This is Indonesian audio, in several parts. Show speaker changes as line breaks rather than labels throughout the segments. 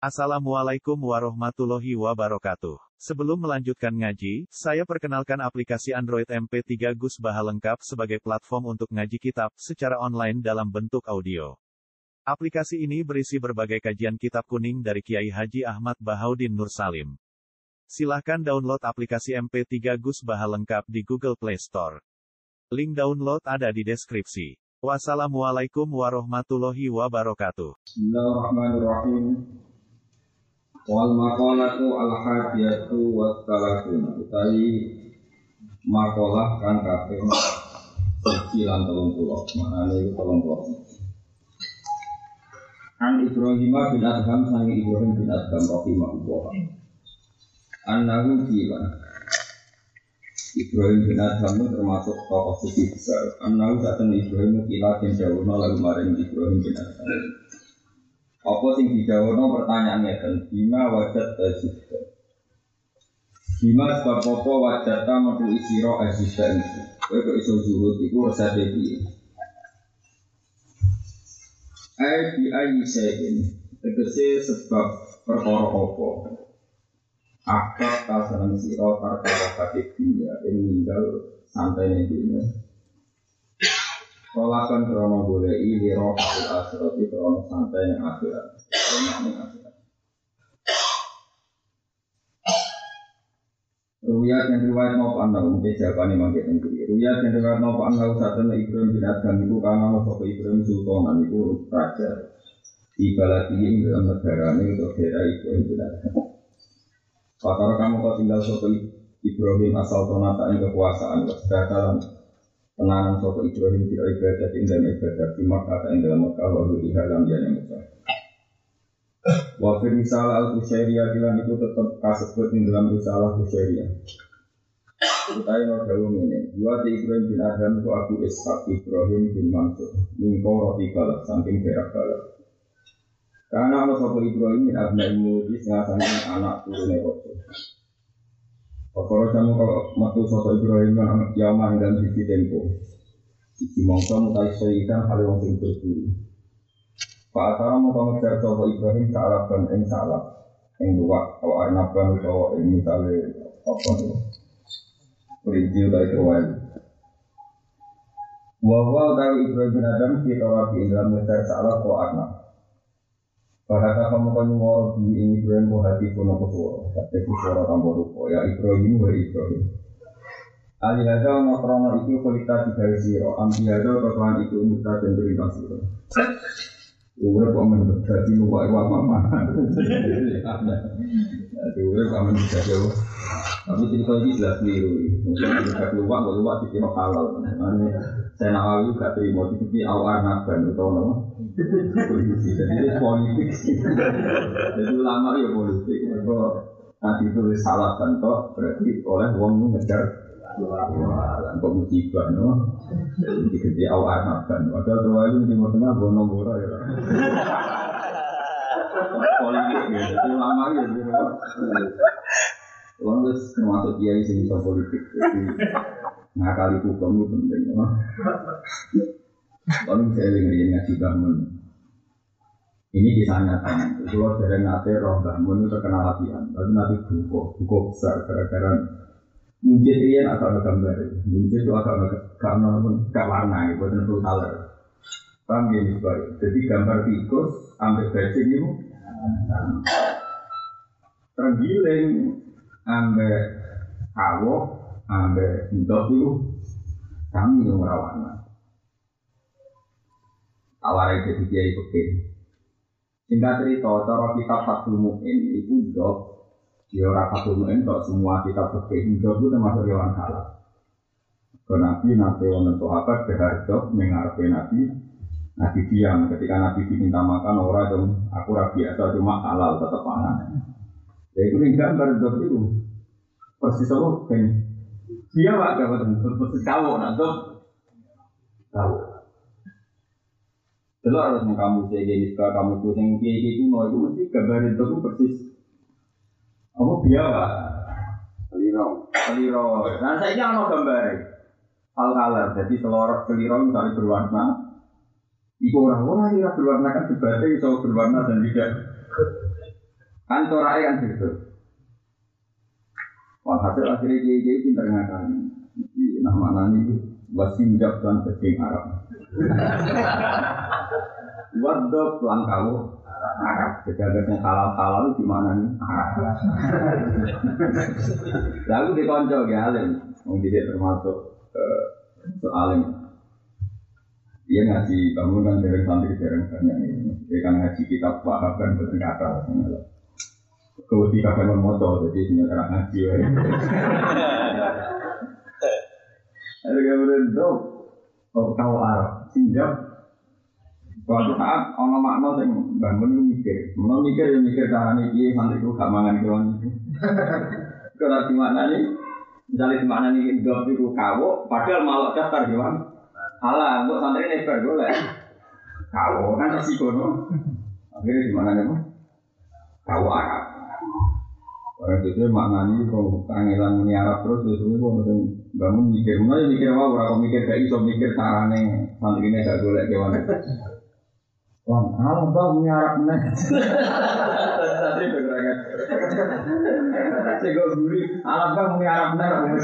Assalamualaikum warahmatullahi wabarakatuh. Sebelum melanjutkan ngaji, saya perkenalkan aplikasi Android MP3 Gus Baha lengkap sebagai platform untuk ngaji kitab secara online dalam bentuk audio. Aplikasi ini berisi berbagai kajian kitab kuning dari Kiai Haji Ahmad Bahaudin Nur Salim. Silahkan download aplikasi MP3 Gus Baha lengkap di Google Play Store. Link download ada di deskripsi. Wassalamualaikum warahmatullahi wabarakatuh.
Bismillahirrahmanirrahim. Wal maqalatu al-hadiyatu wa salatun. Utawi maqalah kang kaping 30, maknane iku 30. An Ibrahim bin Adham sangi Ibrahim bin Adham rahimahullah. Annahu qila. Ibrahim bin Adham termasuk tokoh sufi besar. Annahu saten Ibrahim qila den jawabna lalu maring Ibrahim bin Adham. Apa sing dijawono pertanyaan ngeten, bima wajat azizda. Bima sebab apa wajata metu isiro azizda itu. Kowe kok iso zuhud iku resete piye? Ai bi ayi sayin. Tegese sebab perkara apa? Akar ta seneng sira perkara hati dunya ing ninggal santene dunya. Kolakan krono bolei liro akil akhirati krono santai yang akhirat. Ruyat yang riwayat mau pandang mungkin jawabannya mangke tenggiri. Ruyat yang riwayat mau pandang satu Ibrahim bin Adham itu karena masuk Ibrahim Sultanan itu raja. Ibalatiyin dalam negara ini untuk daerah Ibrahim bin Adham. Fakar kamu kau tinggal sopo Ibrahim asal tonata yang kekuasaan sedangkan tenanan sopo Ibrahim tidak ibadat dalam ibadat di Makkah atau dalam Makkah walau di dalam yang Makkah. Wafir risalah al-Qushairiyah bilang itu tetap kasebut di dalam risalah Qushairiyah. Kita yang dalam ini, buat Ibrahim bin Adham itu Abu Ishaq Ibrahim bin Mansur, mingkau roti balak samping berak balak. Karena Allah sopo Ibrahim bin Adham ini sengaja anak turunnya rojo. Pokoknya kamu kalau matu sopo Ibrahim kan yaman dan sisi tempo. Sisi mongso mutai soikan hal yang sing berburu. Pak Atara mau mengejar sopo Ibrahim salah dan eng salah, eng luak atau arnaban atau eng misalnya apa tu, perinciu dari keruan. Wawal dari Ibrahim bin Adham kita rapi dalam mengejar salah atau arnab. Bahasa kamu kan ngoro di Ibrahim hati pun aku suara, tapi suara tambah rupa. Ya Ibrahim wa Ibrahim. Alihada makrono itu kualitas dari zero. Ambilada kekuatan itu kita dan berintah zero. Uwe kok menjadi lupa iwak mana? Uwe kok menjadi jauh. Tapi cerita ini jelas keliru. Mungkin menjadi lupa dikira halal. Saya Nawawi gak terima tapi awal naban atau apa? Polisi. Jadi politik. Jadi ulama ya politik. Kalau nanti itu salah contoh berarti oleh wong ngejar kok musibah, no? Jadi awal naban. Padahal terwajib di tengah bono-bono ya. Politik ya. Jadi ulama ya. Orang itu termasuk kiai sing iso politik. Jadi ngakali hukum itu penting. Kalau saya ingin ngaji bangun, ini kisah nyata. Kalau dari nate roh bangun itu terkenal latihan, tapi nanti buku besar gara-gara muncul rian agak gambar, muncul itu agak gak warna, itu tentu salah. Paham gini sebab, jadi gambar tikus ambil bajing itu tergiling ambil awok, ambil endok itu kami yang merawatnya. Awalnya jadi kiai fikih. Singkat cerita, cara kitab Fathul Mu'in itu ndok. Dia ora Fathul Mu'in kok semua kitab fikih ndok itu termasuk hewan halal. Nabi nanti wonten sahabat berharga mengarepe Nabi diam ketika Nabi diminta makan ora dong aku ora biasa cuma halal tetap pangan. Ya itu ning gambar ndok itu. Persis apa kan? Dia enggak dapat persis kamu nak tahu. Kalau harus kamu jadi kamu tuh yang kiai itu mau itu mesti gambar itu persis. Kamu biasa, seliro. Nah saya ini mau gambar, al-color. Jadi seliro misalnya berwarna. Iku orang-orang yang berwarna kan debatnya bisa berwarna dan tidak. Kan coraknya kan gitu. Walhasil akhirnya kiai pinter ngakali. Nama itu wasinjab dan bajing Arab. Wadok lan kawu Arab. Jadi halal di mana nih Arab. Lalu dikonco ya alim, wong dia termasuk alim. Dia ngaji bangun kan dereng santri dereng banyak ini. Dia kan ngaji kitab wahab kan bertingkatan. Ketika kan motor jadi sebenarnya ngaji. Ada kemudian dok, kau Arab, sinjab. Suatu saat orang makna yang bangun mikir, mikir caranya dia santri itu gak mangan kewan itu. Kalau di mana nih, misalnya di mana nih dok itu kau, padahal malah daftar kewan. Alah, untuk santri ini boleh. Kau kan resiko no. Akhirnya di mana nih mas? Kau Arab. Orang itu maknanya kalau kangelan muni Arab terus itu kalau bangun mikir, mulai mikir apa? Kalau mikir gak iso mikir caranya santri ini gak boleh kewan. Wah, alam bang menyarap nih. Tadi bergerak. Saya gurih. Alam bang menyarap nih.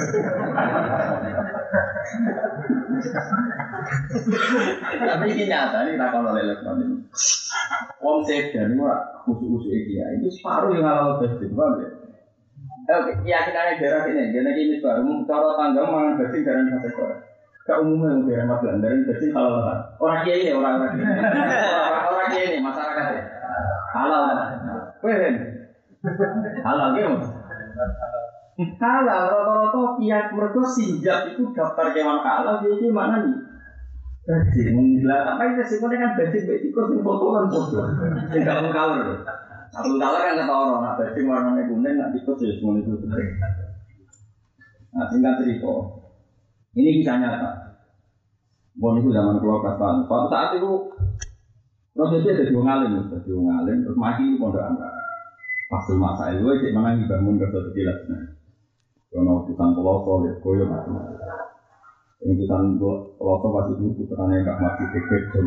Tapi ini nyata nih tak kalau lelek nanti. Om sedan ini khusus dia itu separuh yang halal bersih, paham ya? Keyakinannya daerah ini, dia nanti ini baru cara tangga mangan bersih dari sektor. Ke umumnya yang daerah Magelang dari bersih halal. Orang kiai ini orang kiai ini masyarakat ya halal. Wehen halal gitu. Halal rata-rata kiai mereka sinjab itu daftar kewan halal jadi mana nih? Bajing menggila, tapi resikonya kan bajing betikos yang foto kan foto. Tidak mengkalor. Satu kalor kan kata orang, nah bajing warnanya kuning, nak tikus ya semua itu. Nah singkat cerita, ini kisah nyata. Bon itu zaman keluar kastan. Suatu saat itu prosesnya ada diungalim, terus mati di pondok antara. Pas masa itu, cik menangi bangun ke suatu jelasnya. Karena utusan pelosok, lihat koyo macam-macam. Utusan pelosok pasti itu puterannya gak mati deket dan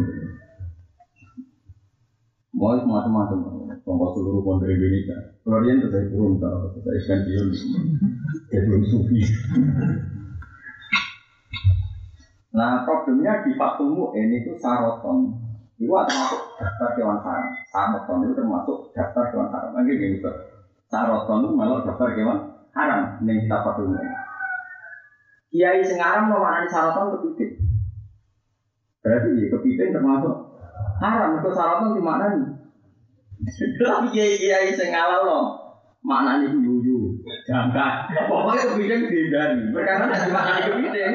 mau macam-macam. Contoh seluruh pondok Indonesia. Florian itu saya turun, saya iskan diun, saya belum sufi. Nah problemnya di Fathul Mu'in itu saroton. Itu termasuk daftar kewan haram. Saroton itu termasuk daftar kewan haram. Lagi gitu. Saroton itu malah daftar kewan haram. Ini kita Fathul Mu'in. Kiai sing aran memaknani saroton kepiting. Berarti kepiting termasuk haram. Itu saroton dimaknani. Tapi kiai sing halal loh. Maknanya yuyu, jangka. Pokoknya kepiting dihindari. Karena nanti maknanya kepiting.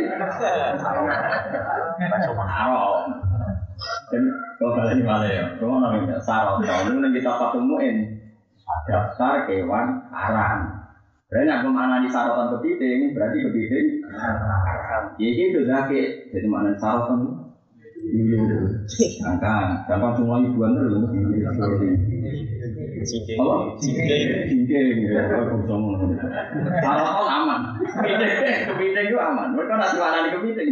Haram. Dan kalau kalian malah ya, kalau namanya saroton itu kita patemuin daftar kewan haram. Berarti nak maknanya saroton kepiting, berarti kepiting haram. Jadi itu sakit. Jadi maknanya saroton yuyu, jangka semua ibuan terus. Cingking, kalau aman, kepiting itu aman. Mereka nak jualan di kepiting.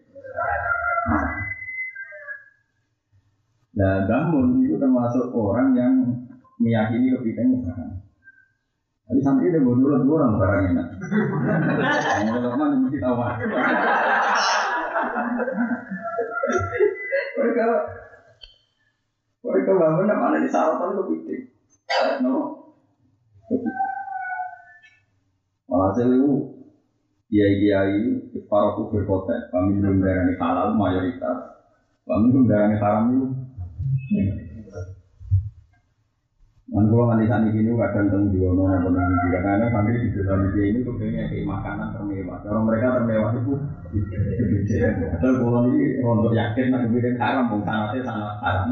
Nah, Bangun itu termasuk orang yang meyakini kepiting itu haram. Tapi sampai dia bodoh orang barang enak. Yang mana mesti tahu. Mereka bangun nak mana di sarotan kepiting. No, malah itu kiai para kufir kota, kami belum berani halal mayoritas, kami belum berani haram itu. Dan kalau ngantisan ini kadang tentang Juwono atau tentang karena sampai di dalam ini kepengen kayak makanan termewah. Kalau mereka termewah itu kebijakan. Atau kalau ini rontok yakin nak kebijakan haram, bung sangatnya sangat haram.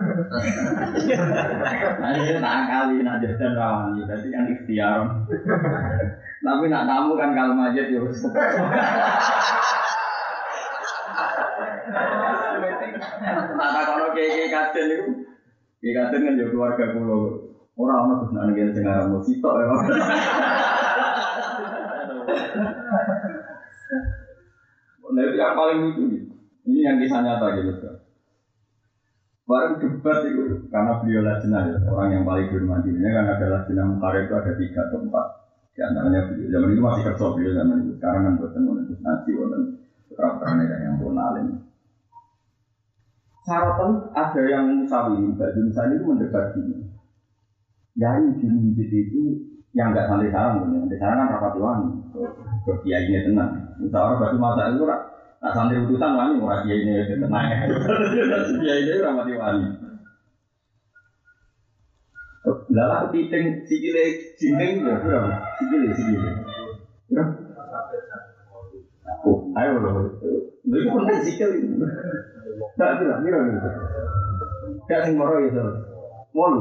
Nanti tak kali nak jajan rawani, berarti kan ikhtiar. Tapi nak tamu kan kalau majid ya. Nah kalau kayak kaden itu, kaden kan juga keluarga pulau. Orang terus nak ngel sengaram musik ya. Nah itu yang paling lucu nih. Ini yang kisah nyata gitu. Baru debat itu karena beliau lajnah ya, orang yang paling dihormatinya kan adalah lajnah Mukarrab itu ada 3 atau 4. Di antaranya beliau zaman itu masih kerja beliau zaman itu. Sekarang kan bertemu dengan Nabi dan putra-putranya yang pun alim. Syaratan ada yang musawirin, Mbak Junsan itu mendebat gini. Yang di masjid itu yang nggak santai sarang, santai sarang kan rapati wani, ke kiainya tenang. Misalnya batu masa itu nak santri utusan wani, orang kiainya tenang. Kiainya rapati wani. Lalu kepiting sikile jinting ya, berapa? Sikile. Berapa? Oh, ayo loh. Itu penting sikil itu. Tak kira. Tak sing moro ya, Molu.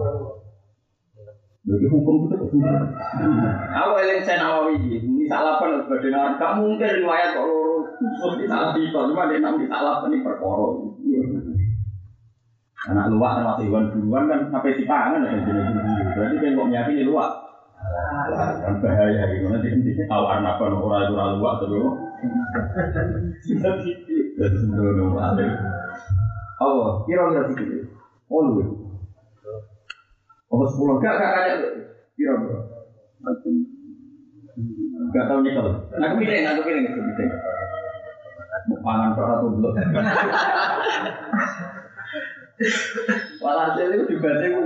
Jadi hukum itu hukum. Aku eling saya Nawawi ini salah apa sebagai orang. Kamu mungkin riwayat kalau khusus di salah itu, cuma dia nam di salah ini perkara. Anak luak termasuk hewan buruan kan sampai di pangan ada jenis buru. Berarti kan kok meyakini luak. Kan bahaya gitu. Nanti tahu anak apa orang luak atau jadi sebelum ada. Oh, kira-kira sih. Oh lu. Oh 10 gak kayak kira-kira. Gak tahu nyekel. Aku pilih itu. Pangan para tuh belum. Walhasil itu debatnya itu.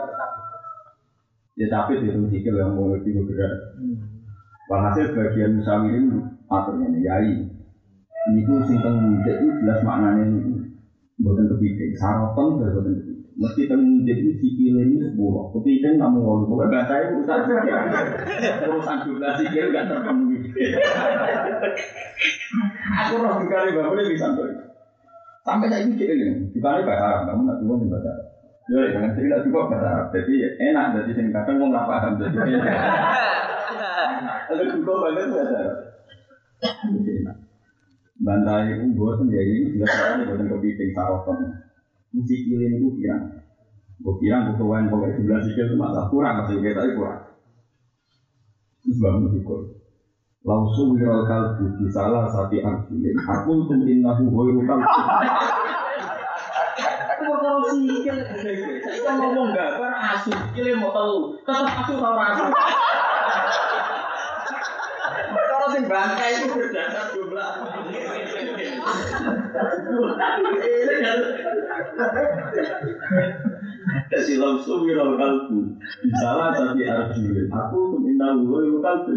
Ya tapi di rumah sikil yang mau lebih bergerak. Walhasil bagian musawirin aturnya nih, yai. Ini tuh singkong itu jelas maknanya ini. Bukan kepiting, saroton juga bukan kepiting. Meski tenjek itu sikil ini 10, kepiting nggak mau ngolu. Bukan bahasa itu urusan jumlah sikil nggak terpenuhi. Aku roh juga nih bapak bisa tuh. Sampai saya ini cek ini, juga nih bahasa Arab, kamu nak juga nih bahasa Arab. Jadi dengan cerita juga bahasa Arab, jadi enak, jadi sing kadang mau nggak paham jadi. Ada juga banyak bahasa Arab. Bantai buat menjadi ini juga soalnya buatan kepiting saroton. Musik ini gue kira ketuaan pokoknya 11 sikil itu masalah kurang masih kita tapi kurang. Terus bangun juga. Langsung viral kalbu di salah satu argumen. Aku untuk innahu hoiru kalbu. Aku kalau sikil, saya ngomong gambar asu sikilnya mau tahu, tetap asu tahu asu. Kalau sing bangkai itu berdasar jumlah. Jadi langsung viral kalbu di salah satu argumen. Aku untuk innahu hoiru kalbu.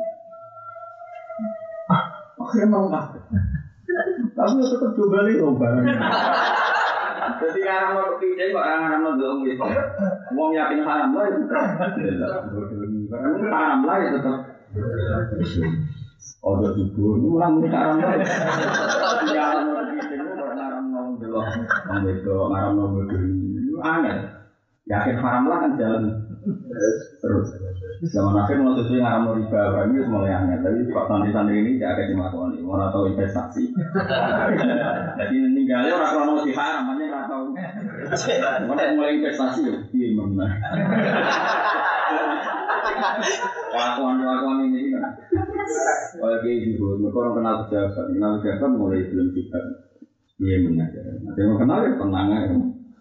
Akhirnya mengangkat. Tapi tetap coba nih barang. Jadi orang mau kepiting kok orang mau dong gitu. Mau yakin haram lah itu. Haram lah itu tetap. Oh jujur, ini orang ini haram lah. Jangan mau kepiting kok haram mau belok, haram mau berdiri. Itu aneh. Yakin haram lah kan jalan terus. Zaman akhir mau sesuai ngaram riba, ini mulai aneh. Tapi pak santri-santri ini tidak ada di makhluk ini, orang tahu investasi. Jadi tinggalnya orang kalau mau diharam, hanya orang tahu. Orang mulai investasi, gimana? Kelakuan ini kan. Kalau kayak gitu, mereka orang kenal pejabat mulai belum juga. Iya benar. Nanti mau kenal ya tenang aja.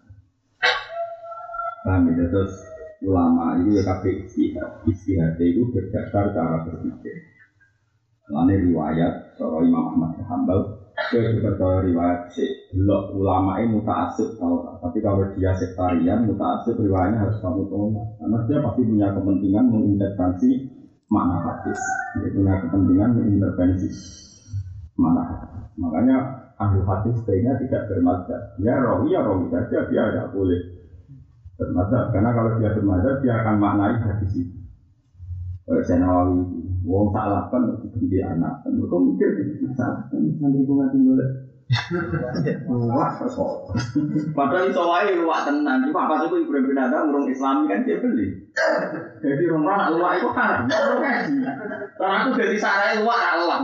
Paham ya, terus ulama itu ya kabeh istihad itu berdasar cara berpikir. Lainnya riwayat soal Imam Ahmad bin Hanbal, seperti riwayat belok ulama ini muta'assib tau. Tapi kalau dia sektarian muta'assib riwayatnya harus kamu tolak. Karena dia pasti punya kepentingan mengintervensi makna hadis. Dia punya kepentingan mengintervensi makna hadis. Makanya ahli hadis sebaiknya tidak bermadzhab. Ya rawi saja dia tidak boleh bermadzhab, karena kalau dia bermadzhab dia akan maknai hadis itu. Saya Nawawi, wong salah kan dibenci anak, dan mereka mikir salah kan nanti gue nggak tinggal. Wah, kok. Padahal itu wae luak tenang, cuma pas itu ibu binatang urung Islami kan dia beli. Jadi orang luak itu haram, karena aku dari sana luak Allah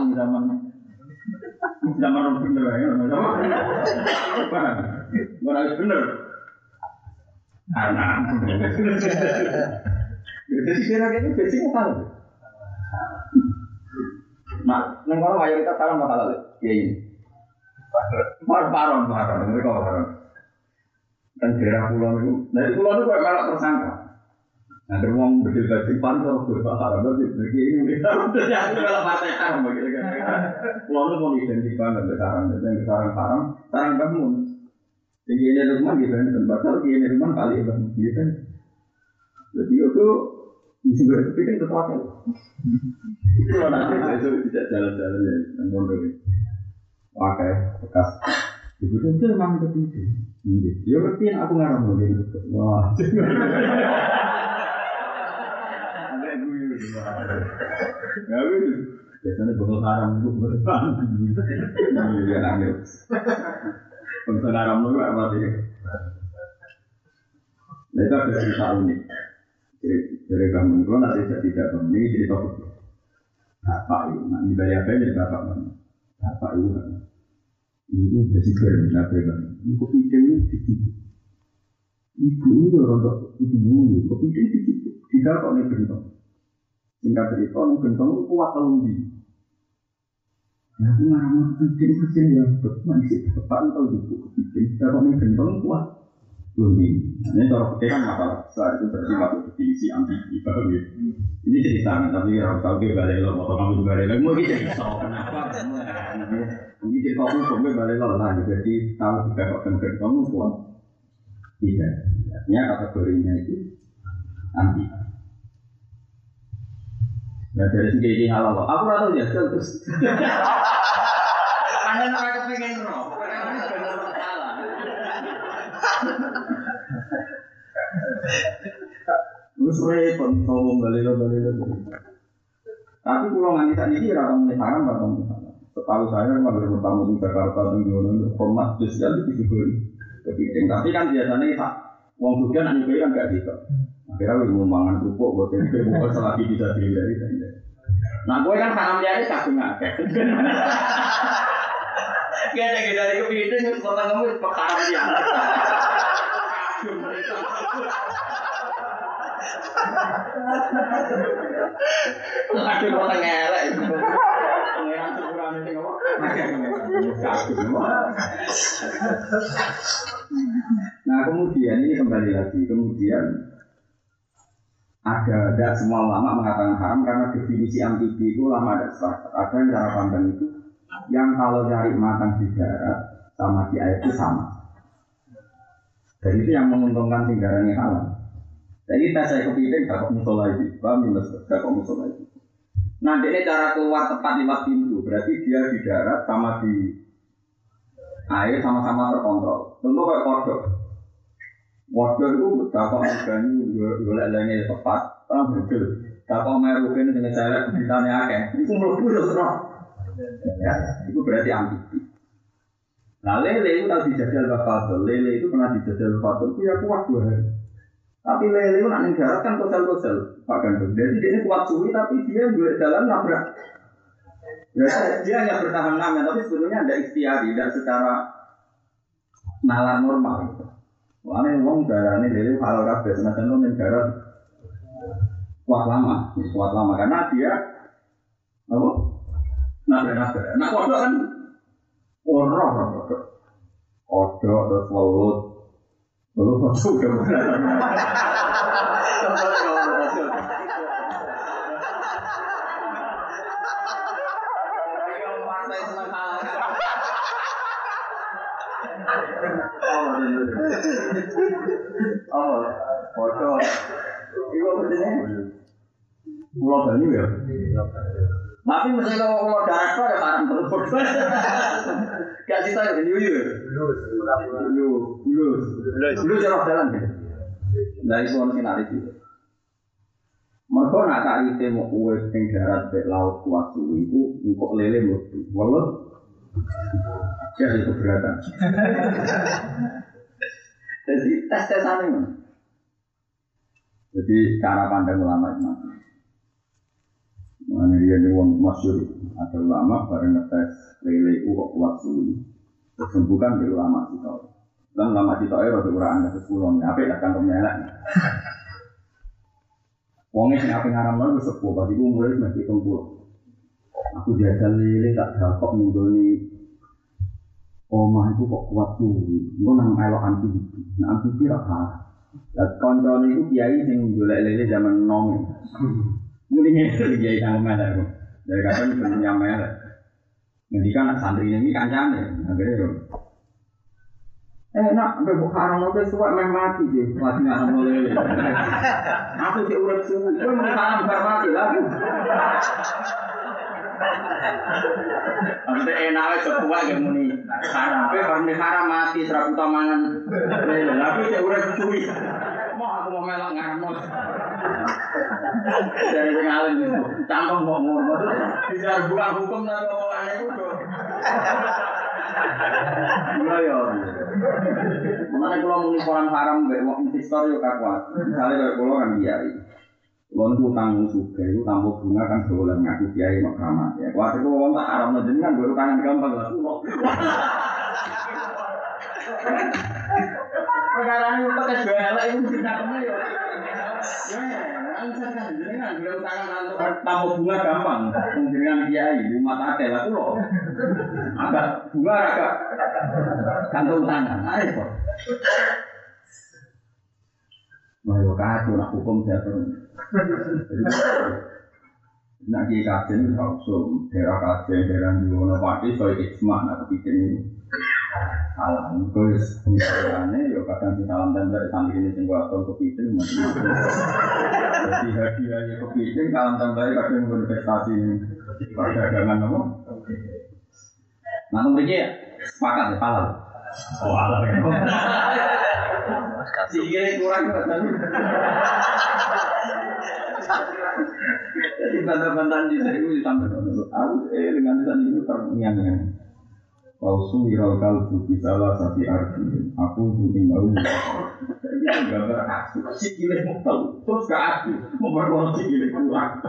zaman orang bener ya, orang bener. Anak, jadi kira-kira ini basic apa? Nah, kalau mayoritas sekarang masalah ya ini. Paron, mereka paron. Kan daerah pulau itu, dari pulau itu kayak malah tersangka. Nah, ada uang berdil-berdil pan kalau berbahasa Arab itu begini. Ternyata kalau partai Arab begitu kan. Pulau itu mau identik banget dengan sarang bangun. Tinggi ini rumah gitu kan, tempat ini rumah kali gitu kan. Jadi itu mesti berpikir sesuatu. Itu nanti itu tidak jalan-jalan ya, mondok ini. Pakai bekas. Itu memang begitu. Ya berarti aku ngarang loh gitu. Wah. Agak gue nggak gitu. Biasanya botol haram itu berapa? Iya nangis. Botol haram itu apa sih? Nah itu ada cerita unik. Dari bangun itu nanti saya tidak bangun ini cerita betul. Bapak itu, nah di bayar apa jadi bapak bangun. Bapak itu kan. Ibu presiden, tidak bebas. Ibu presiden itu ditipu. Ibu ini orang itu dulu, presiden ditipu. Tidak kok ini gentong. Singkat cerita, ini gentong itu kuat telundi. Nah, aku ngarang presiden yang bermaksud bapak tahu ibu presiden. Tidak kok ini gentong kuat telundi. Ini cara pekerjaan masalah besar itu berarti masuk definisi anti-iba. Ini ceritanya, tapi harus tahu dia balik lo, atau kamu juga balik lo. Mau kita risau, kenapa? Mungkin kita hukumnya balik lo lah, jadi tahu juga kok gentong kuat. Tidak, artinya kategorinya itu anti. Nah dari segi ini halal loh. Aku rasa ya terus. Karena orang kepengen roh, karena benar salah. Terus repot ngomong balik lo. Tapi pulau nganti ini rata mulai haram atau mulai. Setahu saya kalau bertamu di Jakarta dan di mana format spesial itu kepiting. Tapi kan biasanya tak uang juga nanti kan gak gitu. Akhirnya gue mau mangan kerupuk buat tempe buat selagi bisa dihindari. Nah gue kan haram jadi kagum ngakek. Gak dari kepiting itu kota kamu pekaram dia. Aduh kota ngelak itu. Pengeran sekurang itu ngomong. Nah kemudian ini kembali lagi, kemudian ada semua ulama mengatakan haram karena definisi amfibi itu ulama ada sepakat. Ada yang cara pandang itu yang kalau cari makan di darat sama di air itu sama. Dan itu yang menguntungkan tinggarannya halal. Jadi tes saya kepiting dapat musola itu, minus dapat musola itu. Nah ini cara keluar tepat 5 pintu, berarti dia di darat sama di air sama-sama terkontrol. Tentu kayak kodok. Kodok itu dapat organik, golek-goleknya tepat, betul. Dapat merupakan dengan cara kebitannya akeh. Itu menurut terus. Ya, itu berarti amfibi. Nah lele itu tadi dijajal bakal, lele itu pernah dijajal bakal, itu ya kuat 2 hari. Tapi lele itu nak darat kan kosel-kosel, Pak Gandum. Jadi dia kuat suwi, tapi dia juga jalan nabrak. Berarti dia hanya bertahan lama, tapi sebetulnya ada ikhtiari, tidak secara nalar normal. Soalnya uang darah ini lele halal kabeh, senajan lo darat kuat lama, karena dia apa? Nabrak. Nah kodok kan orang kodok terus welut masuk udah benar. Oh, kodok. Itu apa sih? Pulau Bali ya. Tapi mesti kalau darat itu ada barang terus. Gak sih saya yuyu. Bulu jalan jalan ya. Dari soal sinari itu. Mereka nak tak ite mau kue yang darat di laut kuat itu untuk lele mesti. Walau jadi keberatan. Jadi tes-tesan ini. Jadi cara pandang ulama itu. Mana dia dewan masyhur ada ulama bareng ngetes lele itu kok kuat suwi. Bukan di ulama kita. Dan ulama kita itu ada uraan ke sepuluh. Apa ya kan kemelek. Wongnya sing ape ngaram lho sepuh pas iku umure wis 70. Aku jajal lele tak dakok ninggoni Omah itu kok kuat suwi. Engko nang elok anti. Nah anti ra kalah. Lah kancane iku kiai sing golek lele zaman nom. Muni ngene kiai nang omah aku. Dari kapan ben nyamel. Ngendikan santri ini kancane. Akhire yo. Nak mbok haram oke suwek meh mati sih. Mati nang lele. Aku sik urip suwi. Kowe mung haram bar mati lah. Ampe enak ae sepuak ya muni. Haram pe bar haram mati serabuta mangan. Lha iki urip suwi. Mau aku mau melok ngarepno. Dari ngalim itu. Cangkem kok ngono. Bisa buka hukum nang omongane kudu. Yo. Mana kalau muni orang haram mbek wong investor yo kakuat. Misale kaya kula kan kiai. Wong utang suge itu tanpa bunga kan boleh ngaku kiai nek keramat ya. Kuwi kok wong tak haram jenengan mbok utangan gampang lah kulo. Perkara ini pakai jualan itu ditakune yo. Ya, angsa kan jenengan mbok utangan tanpa bunga gampang. Jenengan kiai rumah akeh lah kulo. Agak bunga agak gantung tangan. Ayo kok. Mau kacau nak hukum jatuh. Nak kiai kajen langsung daerah kajen daerah Juwono Pati soal ijma nak bikin ini. Alam terus misalnya, yo kadang si salam tempel santri ini tinggal atau kepiting macam. Jadi hadiahnya kepiting salam tempel kadang berinvestasi perdagangan apa? Nah mereka sepakat ya halal. Oh halal ya. Sikile kurang kan. Jadi bantah-bantahan di sini sampai aku dengan tadi itu terngiang-ngiang. Lausu wiral kalbu bisalah sati arti. Aku mungkin baru. Jadi gambar asu. Sikile mutal terus ke asu. Memperkuat sikile kurang.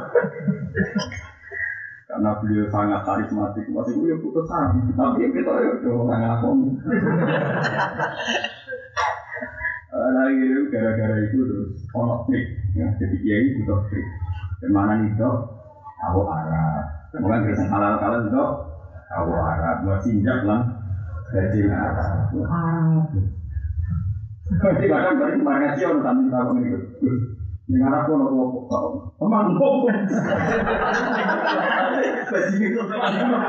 Karena beliau sangat karismatik. Masih punya putusan. Tapi kita itu orang ngakon. Lagi itu gara-gara itu terus ono trik, ya. Jadi kiai butuh trik. Kemana nih dok? Tahu Arab. Bukan kerja halal kalian dok? Tahu Arab. Masih injak lah. Gaji Arab. Jadi kadang variasi orang sambil tahu ini. Dengan Arab pun orang tua kau. Emang kau. Gaji itu teman.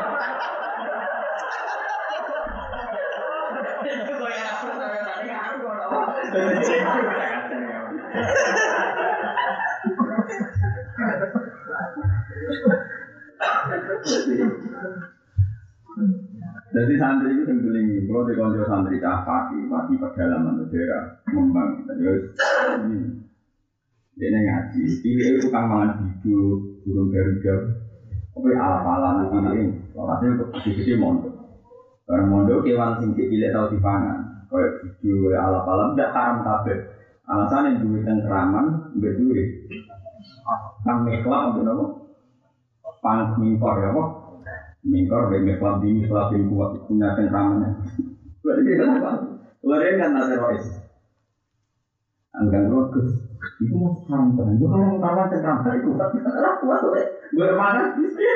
Jadi santri itu sembelih, kalau di konco santri pati pedalaman daerah ngembang. Terus ini ngaji, pilih itu kan mangan hidup, burung garuda, tapi ala-ala ini, hasil untuk gede-gede mondok. Barang mondok kewan sing cilik tau dipangan, kayak hidup ala-ala tidak haram kabeh. Alasan yang duit cengkeraman, nggak duit. Kan meklap untuk apa? Pang mingkor ya apa? Mingkor, meklap di kuat punya cengkeramannya. Berarti apa? Luarin kan naserois. Anggang rogus. Itu mau haram kan? Itu kalau ngelawan cengkeraman itu tak kuat oleh. Gue mana?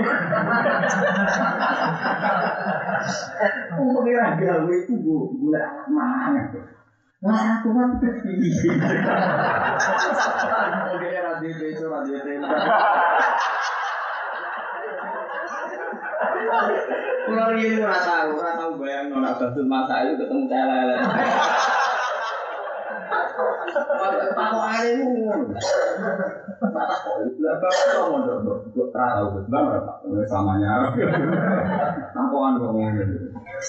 Pengira gawe itu gue mana? Nah, aku mah terpilih. Oke, radio itu. Kalau ini tahu bayang nona betul masa itu ketemu lele. Tahu ada ini. Tahu mondok, tahu betul berapa samanya. Tahuan ngomongin.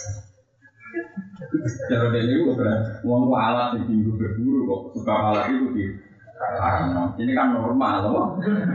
Cara dia itu uang alat di minggu berburu kok suka alat itu di ini kan normal loh.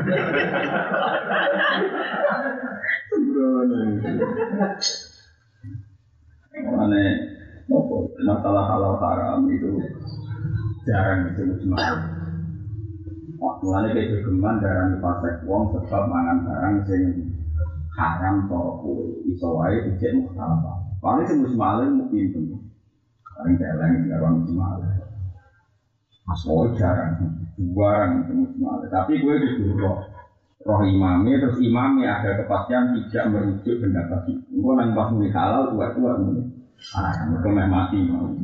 Mana masalah halal haram itu jarang disebut semua. Mulanya kejogeman darah dipasek uang sebab mangan barang sing haram toko iso wae dijek mukhtalafah. Paling semua semalam mungkin tu, paling celeng sekarang semalam. Masuk jarang, barang semua semalam. Tapi gue disuruh roh imamnya, terus imamnya ada kepastian tidak merujuk pendapat itu. Gue nang pas mulai halal tua Mereka mati.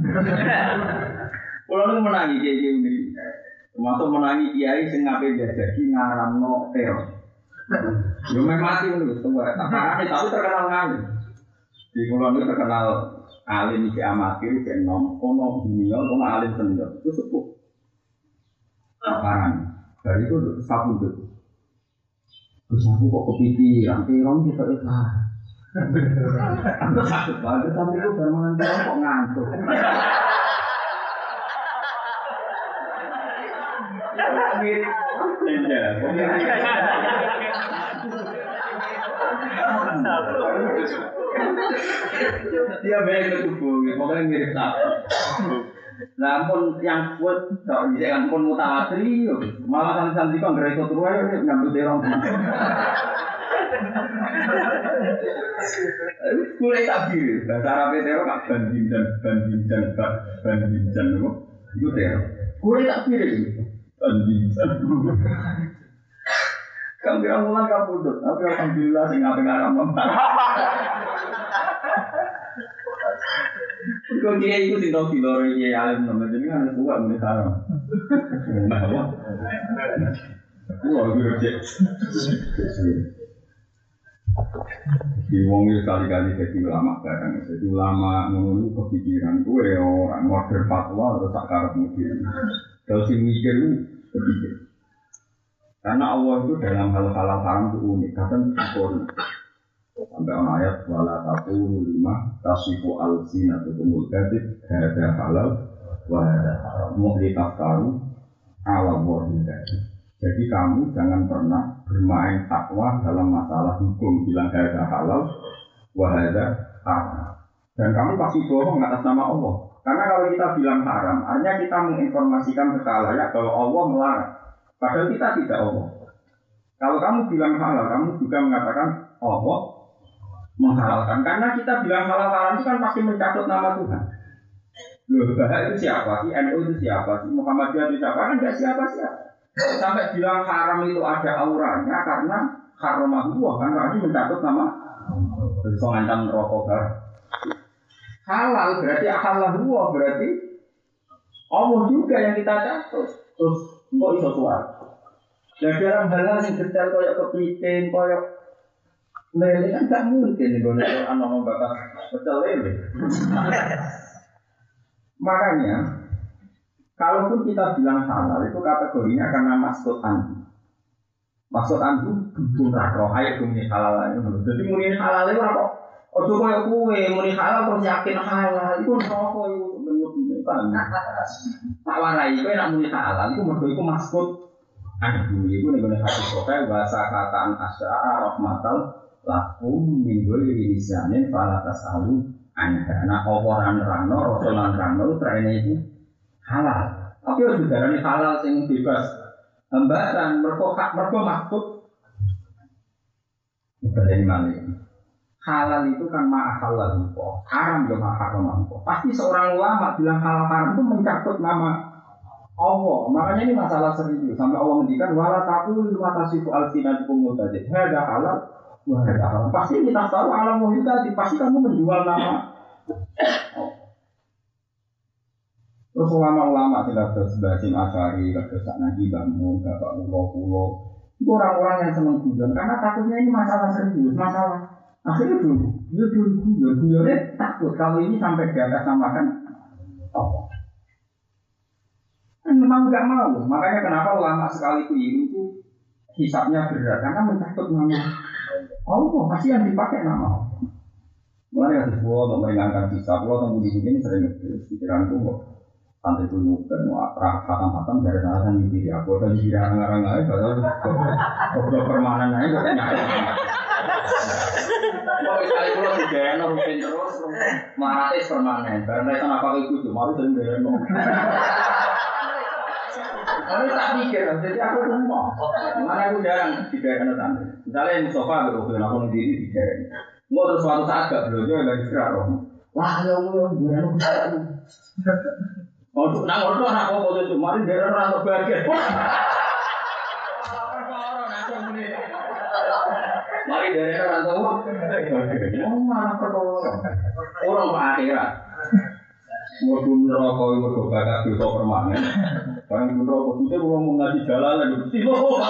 Kalau lu menangi kayak gini, termasuk menangi kiai sing ngapain jadi ngaramno teror. Lu mati dulu semua. Tapi terkenal ngalim. Di pulau ini terkenal alim di amatir, di kono junior, kono alim senior. Itu sepuh. Aparan. Dari itu sapu itu. Terus aku kok kepikiran, terong kita ikhlas. Aku sakit banget, tapi itu bermangan terong kok ngantuk. Dia banyak ketubuh, pokoknya mirip sapu. Namun yang kuat, kalau bisa pun mutawatir, malah santri kan gerai kotor aja, nyambut terong. Kulit tabir, bahasa Arab terong tak bandingkan, itu terong. Kulit tabir itu, bandingkan. Kamu kira mulan kamu putut, tapi alhamdulillah sing ngapain memang. Kalau dia itu tidak dilor dia alim nama jadi kan kuat mulai haram. Nah apa? Kuat berarti. Di wong itu sekali-kali jadi ulama kadang, jadi ulama menunggu kepikiran gue orang wajar fatwa atau sakar kemudian. Kalau si mikir itu berpikir. Karena Allah itu dalam hal-hal haram itu unik, kadang sempurna. Sampai ayat wala taqulu lima tasifu al-sinatukumul kadhib hada halal wa hada haram mu'litaftaru ala wahil kadhib. Jadi kamu jangan pernah bermain takwa dalam masalah hukum bilang hada halal wa hada haram. Dan kamu pasti bohong atas nama Allah. Karena kalau kita bilang haram, artinya kita menginformasikan ke khalayak kalau Allah melarang. Padahal kita tidak Allah. Kalau kamu bilang halal, kamu juga mengatakan Allah menghalalkan, karena kita bilang halal-halal itu kan pasti mencatut nama Tuhan. Loh, Bahak itu siapa sih? NU itu siapa sih? Muhammadiyah itu siapa? Kan tidak siapa-siapa. Sampai bilang haram itu ada auranya karena haramahullah kan berarti mencatut nama. Terus mengancam rokok halal berarti halalullah berarti Allah juga yang kita catut. Terus kok iso suara? Dan dalam hal-hal yang detail koyok kepiting, koyok lele kan tak mungkin nih kalau anak membatas pecel lele. Makanya, kalaupun kita bilang halal itu kategorinya karena maksud anhu. Maksud anhu bukan roh ayat muni halal itu. Jadi muni halal itu apa? Oh coba ya kue muni halal terus yakin halal itu rokok itu bentuk ini kan. Tak warai kue nak muni halal itu mergo itu maksud anhu itu nih benar hati sokai bahasa kataan asya rahmatal lakum minggu ini janin falatas alu anda nak oporan rano rosolan rano trennya itu halal tapi harus dijarani halal sing bebas hambatan merko maksud bukan dari mana halal itu kan halal itu haram juga haram itu pasti seorang ulama bilang halal haram itu mencatut nama Allah makanya ini masalah serius sampai Allah mendikan wala taqulu lima tasifu alsinatukum mutadzib hada halal wah, pasti kita tahu alam wahyu tadi, pasti kamu menjual nama. Terus ulama-ulama tidak tersebasin Asy'ari, tersebasin Nabi Bangun, Bapak Pulau, itu orang-orang yang senang guyon, karena takutnya ini masalah serius, masalah. Akhirnya guyonnya takut kalau ini sampai di atas namakan Allah. Memang nggak mau, makanya kenapa ulama sekali keliru itu hisabnya berat, karena mencatut nama. Allah pasti yang dipakai nama Allah. Mulai dari gua untuk meringankan hisab, gua tunggu di sini sering pikiran gua santai dulu dan khatam-khatam dari sana di diri aku dan di orang-orang lain padahal goblok permanen aja gak nyata. Kalau misalnya gua digayana rutin terus maratis permanen karena itu apa itu cuma itu sendiri. Tapi tak pikir, jadi aku rumah. Mana aku jarang digayana santri. Misalnya Mustafa berhubungan aku sendiri digayana. Mau terus suatu saat gak belajar gak digerak roh. Wah ya Allah, gimana aku caranya? Untuk nang ordo anak kok posisi mari daerah ora bagian. Mari Mulai dari orang tua. Oh, malah perkara. Orang Pak akhirat. Mergo neraka mergo bakat dosa permanen. Barang neraka itu kalau mau ngaji jalan lagi silo.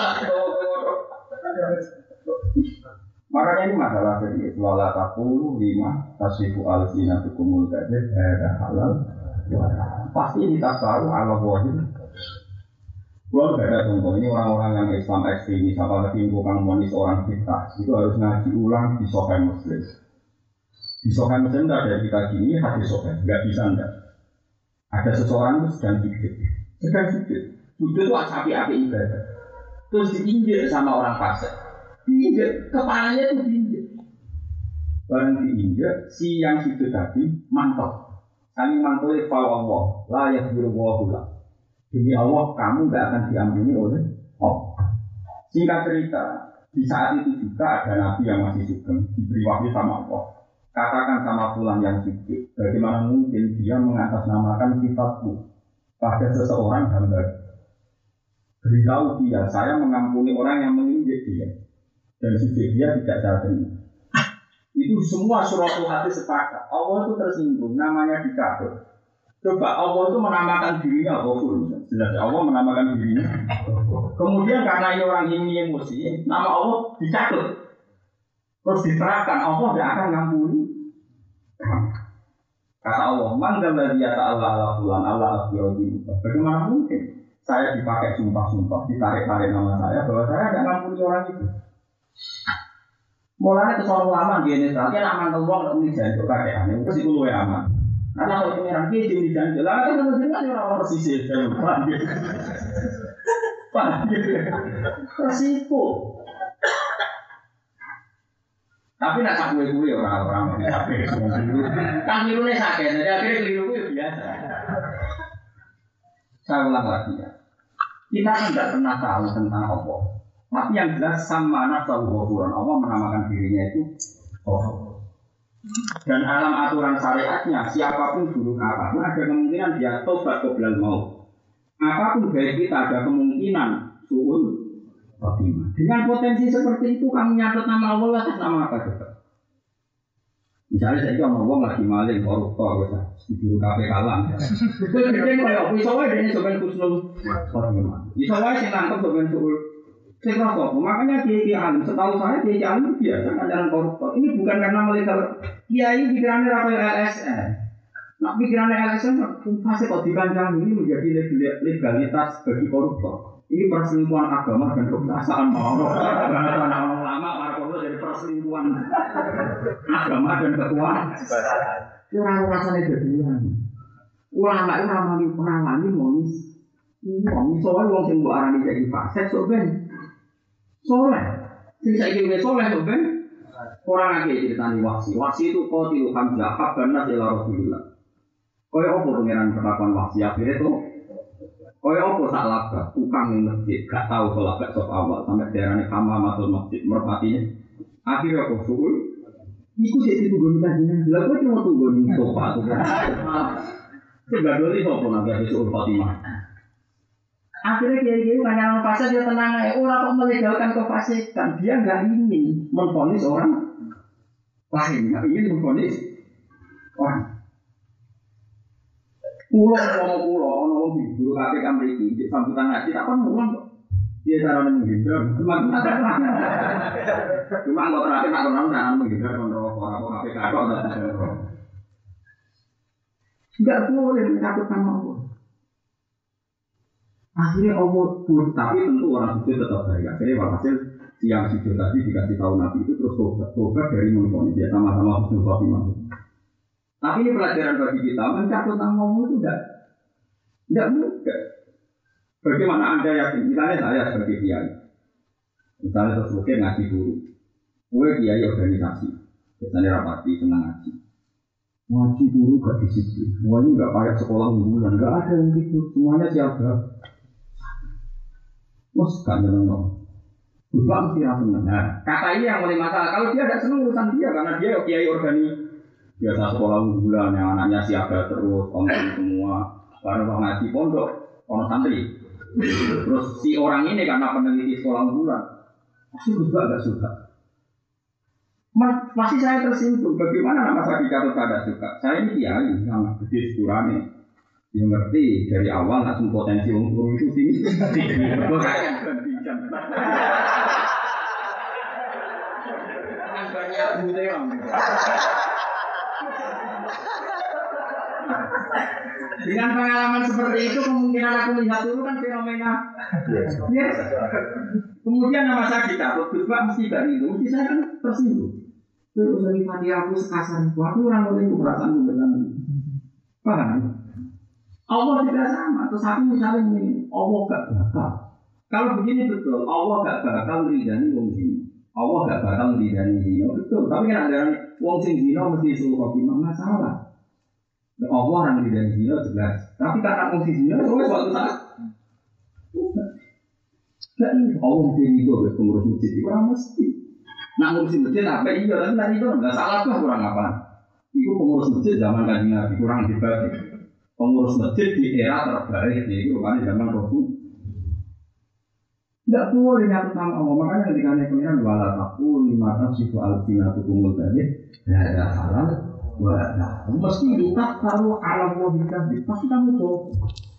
Makanya ini masalah serius. Wala taqulu lima tasifu al-sinatukumul kadzib hadza halal. Pasti ini tak tahu Allah wahid. Kalau tidak ada contoh, ini orang-orang yang Islam ekstremis, apalagi tukang monis orang kita, itu harus ngaji ulang di Sahih Muslim. Di Sahih Muslim tidak ada kita gini, hadis Sahih, nggak bisa enggak. Ada seseorang itu sedang sujud, itu api ibadah. Terus diinjek sama orang fasik, diinjek, kepalanya itu diinjek. Barang diinjek, si yang sujud tadi mantul. Saling mantulnya fawwah, la yaghfirullahu. Demi Allah, kamu tidak akan diampuni oleh Allah. Singkat cerita, di saat itu juga ada Nabi yang masih sugeng, diberi wahyu sama Allah. Katakan sama fulan yang sujud, bagaimana mungkin dia mengatasnamakan sifatku pada seseorang hamba. Beritahu dia, saya mengampuni orang yang menginjek dia, dan sujud dia tidak saya terima. Itu semua suratul hati sepakat. Allah itu tersinggung, namanya dikabur. Coba Allah itu menamakan dirinya Ghafur. Jelas Allah menamakan dirinya. Kemudian karena ini orang ini emosi, nama Allah dicatut. Terus diterapkan Allah tidak akan ngampuni. Kata Allah, "Man dzalladzi yata'alla 'ala fulan Allah akhirati." Bagaimana mungkin saya dipakai sumpah-sumpah, ditarik-tarik nama saya bahwa saya tidak ngampuni orang itu. Mulanya kesono lama gini, tapi aman keluar untuk dijanji kakeane, itu sih luwe aman. Karena kalau pengiran dia jadi janji, lah kan sebenarnya orang persisir, paham gitu, resiko. Tapi nak sakwe orang-orang sakwe, kan kelirunya sakit, jadi akhirnya keliru biasa. Saya ulang lagi ya, kita tidak pernah tahu tentang Allah, tapi yang jelas sama nafsu Ghafuran, Allah menamakan dirinya itu Allah. Dan alam aturan syariatnya, siapapun buruk apapun ada kemungkinan dia tobat qoblal maut. Apapun baik kita ada kemungkinan suul khotimah. Dengan potensi seperti itu kami nyatet nama Allah atas nama apa coba? Misalnya saya juga ngomong lagi maling, koruptor, di buruk KPK kalah. Itu gede kalau misalnya dia sebenarnya kusnul khotimah. Misalnya saya nangkep sebenarnya suul. Makanya kiai alim, setahu saya kiai alim biasa ajaran koruptor. Ini bukan karena melihat kiai pikirannya apa LSM. Nah pikirannya LSM pasti kok dikancang ini menjadi legalitas bagi koruptor. Ini perselingkuhan agama dan kekuasaan mau. Karena orang lama para koruptor jadi perselingkuhan agama dan kekuasaan. Itu orang rasanya jadian. Ulama itu ramai penangani monis. Monis soal uang sing buat arani jadi fasek soben. Soleh, sing saiki wis soleh to ben. Orang akeh ceritani Wahsi. Wahsi itu qatil Hamzah, habana ila Rasulillah. Kaya apa pengiran perlakuan Wahsi akhirnya to? Kaya apa sak labah, tukang ning masjid, gak tahu salat gak sop awal sampai daerahne Hamamatul Masjid merpatinya. Akhirnya kok suul. Iku sik ditunggu kajian. Lha kok cuma tunggu ning sofa to. Segadoli sopo nabi suul Fatimah. Akhirnya kiai-kiai nanya orang fasik dia tenang aja. Orang kok melegalkan kefasikan. Dia nggak ingin memvonis orang lain. Nggak ingin memvonis orang. Pulau, orang guru KPK mereka di sambutan ngaji. Tak kan mulang kok. Dia cara menghindar. Cuma anggota terakhir tak kenal cara menghindar kontrol orang KPK kok atau tidak. Nggak boleh menyangkut nama Allah. Akhirnya Allah pun, tapi tentu orang sujud tetap baik. Akhirnya walhasil yang sujud tadi dikasih tahu Nabi itu terus tobat dari menfonis ya sama-sama husnul khotimah. Tapi ini pelajaran bagi kita mencakup nama Allah itu tidak mudah. Bagaimana Anda yakin? Misalnya saya sebagai kiai, misalnya terus mungkin ngaji dulu, gue kiai organisasi, biasanya rapati senang ngaji. Ngaji dulu gak disiplin, semuanya gak kayak sekolah unggulan, gak ada yang gitu, semuanya siapa? Mus gak seneng. Bukan mesti langsung seneng. Nah, kata ini yang mulai masalah. Kalau dia tidak seneng urusan dia, karena dia kiai organi biasa sekolah unggulan, yang anaknya siaga terus, konten semua, baru ngaji pondok, orang santri. Terus si orang ini karena peneliti sekolah unggulan, pasti juga agak suka. Masih saya tersinggung. Bagaimana nama saya dikatakan tidak suka? Saya ini kiai, nama gede ukurannya. Yang ngerti dari awal langsung potensi unsur itu tinggi. Makanya berbincang. Banyak budaya. Dengan pengalaman seperti itu kemungkinan aku lihat dulu kan fenomena biasa. Kemudian nama saya dikatakan Gus Pak mesti dari itu, mesti saya kan tersinggung. Terus dari mati aku sekasar itu, aku orang lain itu perasaan benar. Paham? Allah tidak sama. Terus aku misalnya ini, Allah gak bakal. Kalau begini betul, Allah gak bakal meridani wong zina. Allah gak bakal meridani zina, betul. Tapi kan ada wong sing zina mesti suruh khotimah, masalah. Allah yang meridani zina jelas. Tapi karena wong sing zina, terus suatu saat gak ini. Allah mesti itu pengurus masjid, orang mesti. Nak ngurusin masjid apa iya, tapi tadi itu nggak salah tuh kurang apa? Itu pengurus masjid zaman Kanjeng Nabi kurang hebat. Pengurus masjid di era terbaik itu kan zaman Rasul. Tidak boleh nyatu sama Allah. Makanya ketika ada pengiran wala taku lima tasifu alfinatu kumul tadi ada halal wala. Mesti kita taruh alam wabika pasti kamu jawab.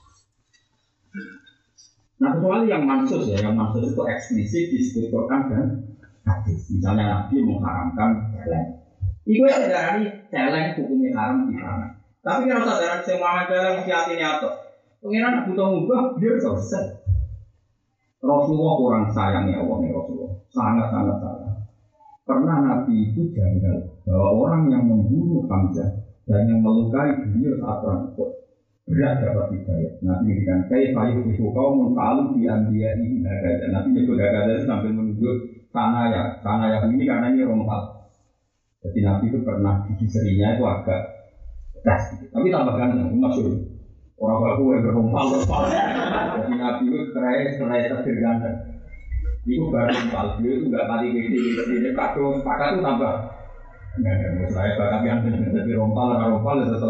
Nah kecuali yang mansus ya, yang mansus itu eksplisit disebut Quran dan hadis. Misalnya Nabi mengharamkan celeng. Itu dari celeng hukumnya haram di sana. Tapi kalau saudara semua celeng mesti hati nyata. Pengiran butuh ngubah dia selesai. Rasulullah orang sayangnya Allah nih Rasulullah. Sangat-sangat sayang. Pernah Nabi itu janggal bahwa orang yang membunuh Hamzah dan yang melukai beliau saat perang Uhud berat dapat hidayah. Nabi memberikan kaifa yuhibbu qaumun fa'alu bi anbiya'ihim hakaza. Nabi nyebut hakaza sambil menunjuk Sanaya ini karena ini rompal. Jadi Nabi itu pernah gigi serinya itu agak pedas, tapi tambahkan yang masyhur. Orang baku yang berompal. Jadi Nabi itu kerai terganteng. Itu baru rompal. Dia itu nggak mati gede ini kado pakai itu tambah. Nggak ada saya bakat yang jadi rompal tetap.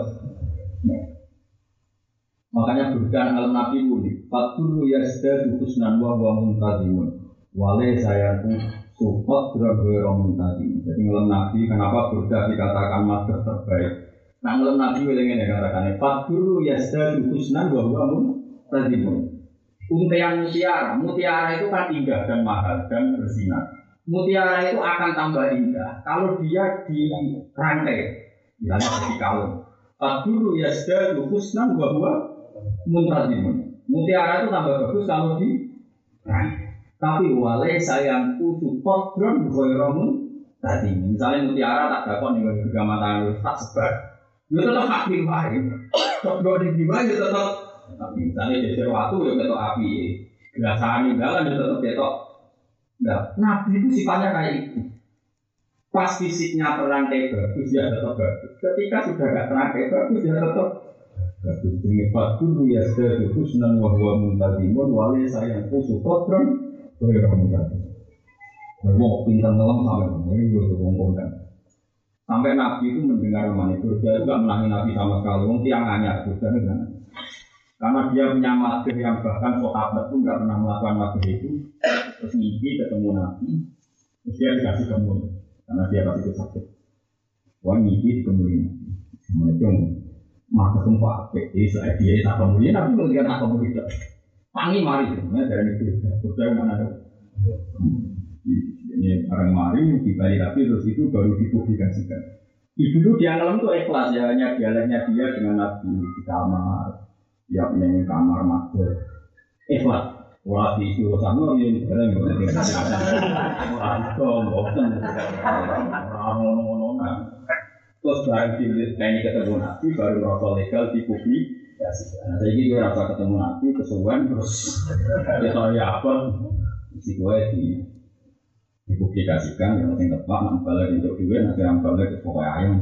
Makanya bukan alam Nabi ini. Fatul yasdadu husnan wa muntazimun. Wale saya pun support bergerak tadi. Jadi ngelam Nabi kenapa Burda dikatakan master terbaik? Nah ngelam Nabi yang katakan Fatul yasdadu husnan wa muntazimun. Untian mutiara itu kan indah dan mahal dan bersinar. Mutiara itu akan tambah indah kalau dia dirangkai, misalnya di kalung. Fatul yasdadu husnan wa muntazimun. Mutiara itu tambah bagus kalau dirangkai. Tapi wale sayang kutu kodron goyromu tadi. Misalnya mutiara tak dapat dengan gegama tangan tak sebar. Itu tetap api wae. Kodron di bawah itu tetap. Tapi misalnya jejer waktu ya tetap api. Gerasan ninggalan itu tetap tetap. Nah, Nabi itu sifatnya kayak itu. Pas fisiknya terangkai bagus ya tetap bagus. Ketika sudah gak terangkai bagus ya tetap. Bagus. Ini fatul ya sedih husnan wahwa muntazimun wale sayang kutu kodron. Boleh kamu tadi. Mau pintar ngelam sampai ini gue tuh ngomongkan. Sampai Nabi itu mendengar mana itu dia juga menangi Nabi sama sekali. Wong tiang hanya juga dengan. Karena dia punya madhab yang bahkan sahabat itu nggak pernah melakukan madhab itu. Terus mimpi ketemu Nabi. Terus dia dikasih kemul. Karena dia pasti sakit. Wah mimpi dikemulin. Semacam mata sempat. Jadi saya dia tak kemulin. Tapi melihat tak kemulin. Pangi mari, dari itu budaya mana ada? Ini orang mari dibalik tapi terus itu baru dipublikasikan. Dulu dia ngelam tuh ikhlas ya, hanya dialeknya dia dengan Nabi di kamar, dia punya kamar master. Ikhlas, wah di suasana yang keren banget. Wah itu bosan, orang. Terus barang ini ketemu Nabi baru rasa legal dipublikasikan. Nah, saya ini gue rasa ketemu Nabi kesuwen terus ya tahu ya apa isi gue dipublikasikan yang penting tepat nampak untuk gue nanti nampak ke pokoknya ayam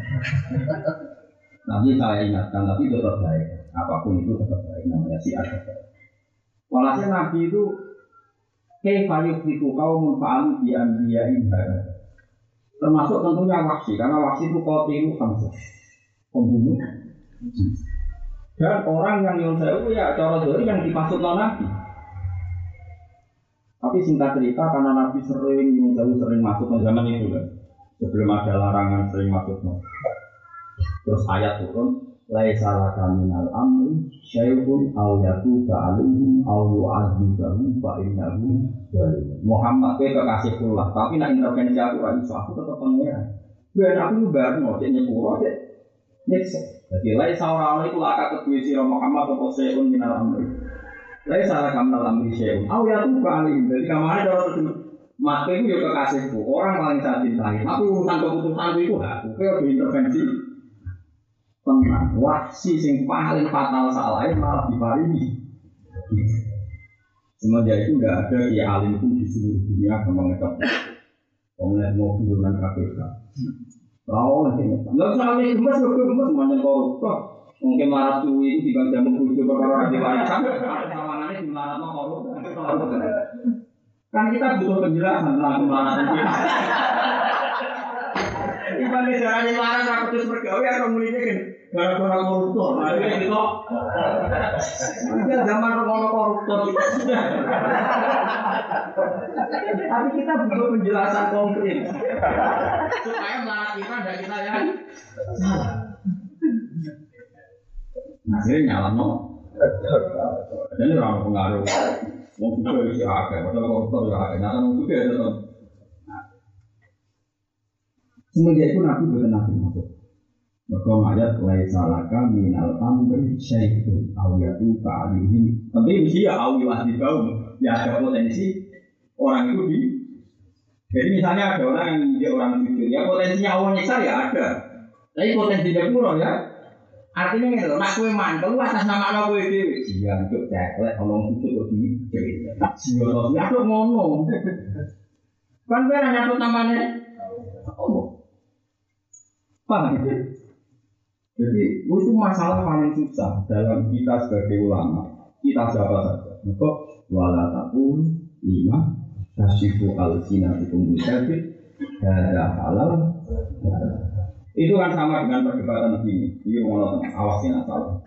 nanti saya ingatkan tapi tetap baik apapun itu tetap baik namanya si ada walhasil Nabi itu kefayuk itu kaum munfa'al di anbiya'in termasuk tentunya Wahsy karena Wahsy itu qatilu Hamzah pembunuh. Dan orang yang nyonsewu ya cara dari yang dimaksud Nabi. Tapi singkat cerita karena Nabi sering nyonsewu sering masuk ke zaman itu kan. Sebelum ada larangan sering masuk no. Terus ayat turun, laisa laka minal amri syai'un aw yatuba 'alaihim aw yu'adzibahum fa innahum zalimun. Muhammad kowe kekasih kula, tapi nek intervensi aku ora iso, aku tetep pengen. Ben aku barno cek nyepuro cek. Nyekse. Jadi laisa ora ana iku laka kedue sira Muhammad apa syai'un minal amri. Laisa laka minal amri syai'un aw yatuba 'alaihim. Jadi kamane cara terus mati itu ya kekasihku, orang paling saya cintai. Tapi urusan keputusanku itu aku, kau intervensi. Tenang, wahsi sing paling fatal salah malah diparingi. Semenjak itu tidak ada kiai alim pun di seluruh dunia yang mengecap. Pemerintah mau turunan KPK. Rawon lagi nggak usah lagi gemes semuanya koruptor. Mungkin marah cuy itu tiba-tiba mengujuk perkara di warisan. Sawangannya di marah mau koruptor. Kan kita butuh penjelasan tentang kemelaratan kita. Ibaratnya jalan yang larang aku terus bergawe atau mulainya kan gara-gara koruptor. Nah itu gitu. Mungkin zaman koruptor itu sudah. Tapi kita butuh penjelasan konkret supaya melarang kita dan kita yang salah. Nah akhirnya nyala no. Jadi orang pengaruh. Mau juga isi agak, padahal koruptor ya agak. Nyata mau juga ya tetap. Semenjak itu Nabi bukan Nabi maksud. Mereka ayat laisa laka minal amri syai'un aw yatuba 'alaihim. Tapi mesti ya aw yu'adzibahum. Ya ada potensi orang itu di. Jadi misalnya ada orang yang dia orang jujur, ya potensinya Allah nyiksa ya ada. Tapi potensinya kurang ya. Artinya gitu, nak kue mantel atas nama Allah kue dewi. Iya, untuk ceklek, kalau itu kok di Siapa sih? Aduh ngomong. Kan kue nanya tuh namanya. Oh, paham gitu. Jadi itu masalah paling susah dalam kita sebagai ulama. Kita siapa saja. Maka wala taqul lima tasifu al-sinatukum bisabit hada halal. Itu kan sama dengan perdebatan begini. Ini mengenai awasin asal.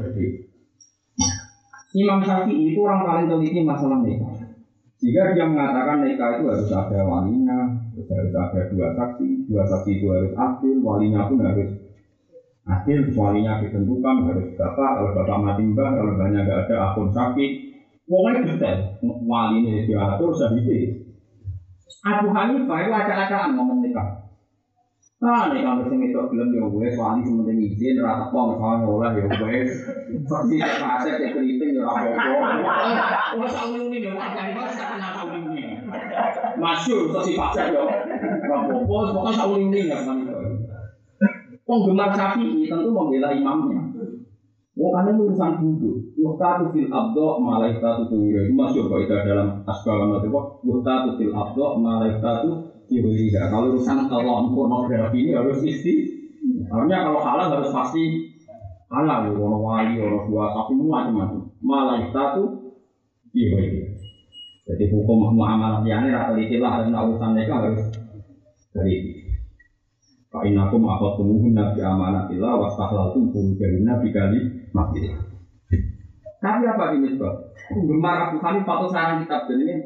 Imam Syafi'i itu orang paling teliti masalah nikah. Jika dia mengatakan nikah itu harus ada walinya, harus ada dua saksi itu harus adil, walinya pun harus adil, walinya ditentukan harus bapak, kalau bapak mati mbah, kalau mbahnya nggak ada akun sakit, pokoknya detail. Wali ini diatur sahih. Abu Hanifah itu acak-acakan ngomong nikah. Nah, nih kalau sing itu belum ya wes wali sementing izin rata pong misalnya oleh ya wes versi kaset ya keriting ya apa-apa. Oh saung ini dong, ada apa sih saung ini? Masyhur versi kaset ya. Apa-apa pokoknya saung ini ya kan itu. Penggemar Syafi'i tentu membela imamnya. Oh karena urusan duduk. Yuhtatu fil abdo malaikatu tuwira. Masyhur kok itu dalam asbawan itu kok. Yuhtatu fil abdo malaikatu tidak. Kalau urusan telon pornografi ini harus artinya kalau halal harus pasti halal. Orang wali, orang dua sapi macam-macam. Malah itu tidak. Jadi hukum muamalah yang ini rata ditilah dan urusan mereka harus dari. Pak Inakum akal tumuhun nabi amanatillah wastahlaltum furujahinna bikali masjid. Tapi apa ini sebab? Penggemar Abu Hanifah itu sarang kitab dan ini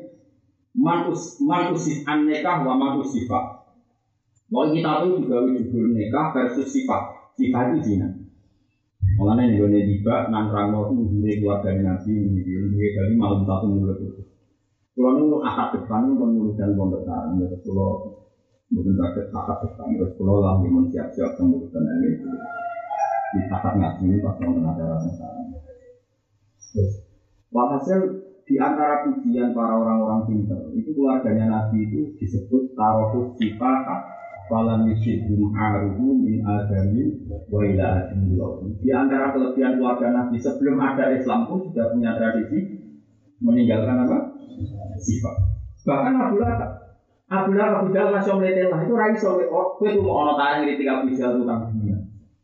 manusif an-nikah wa manusifah. Bahwa kita itu juga judul nikah versus sifat. Sifat itu zina. Makanya ini gue tiba nantrangno itu hubungi keluarga Nabi hubungi dari malam satu mulut itu. Kalau ini akad depan itu pengurusan pondok sarang. Kalau bukan sakit akad depan terus kalau lagi mensiap-siap pengurusan ini di akad ngaji ini pas mau acara sarang. Terus walhasil di antara pujian para orang-orang pintar itu keluarganya Nabi itu disebut tarohus sifat falam yushidhum aruhu min adamin wa ila adillah. Di antara kelebihan keluarga Nabi sebelum ada Islam pun sudah punya tradisi meninggalkan apa? Sifat. Bahkan Abu Jahal masih meletelah itu raiso kowe itu mau ana tareng ngritik Abu Jahal tukang dunia.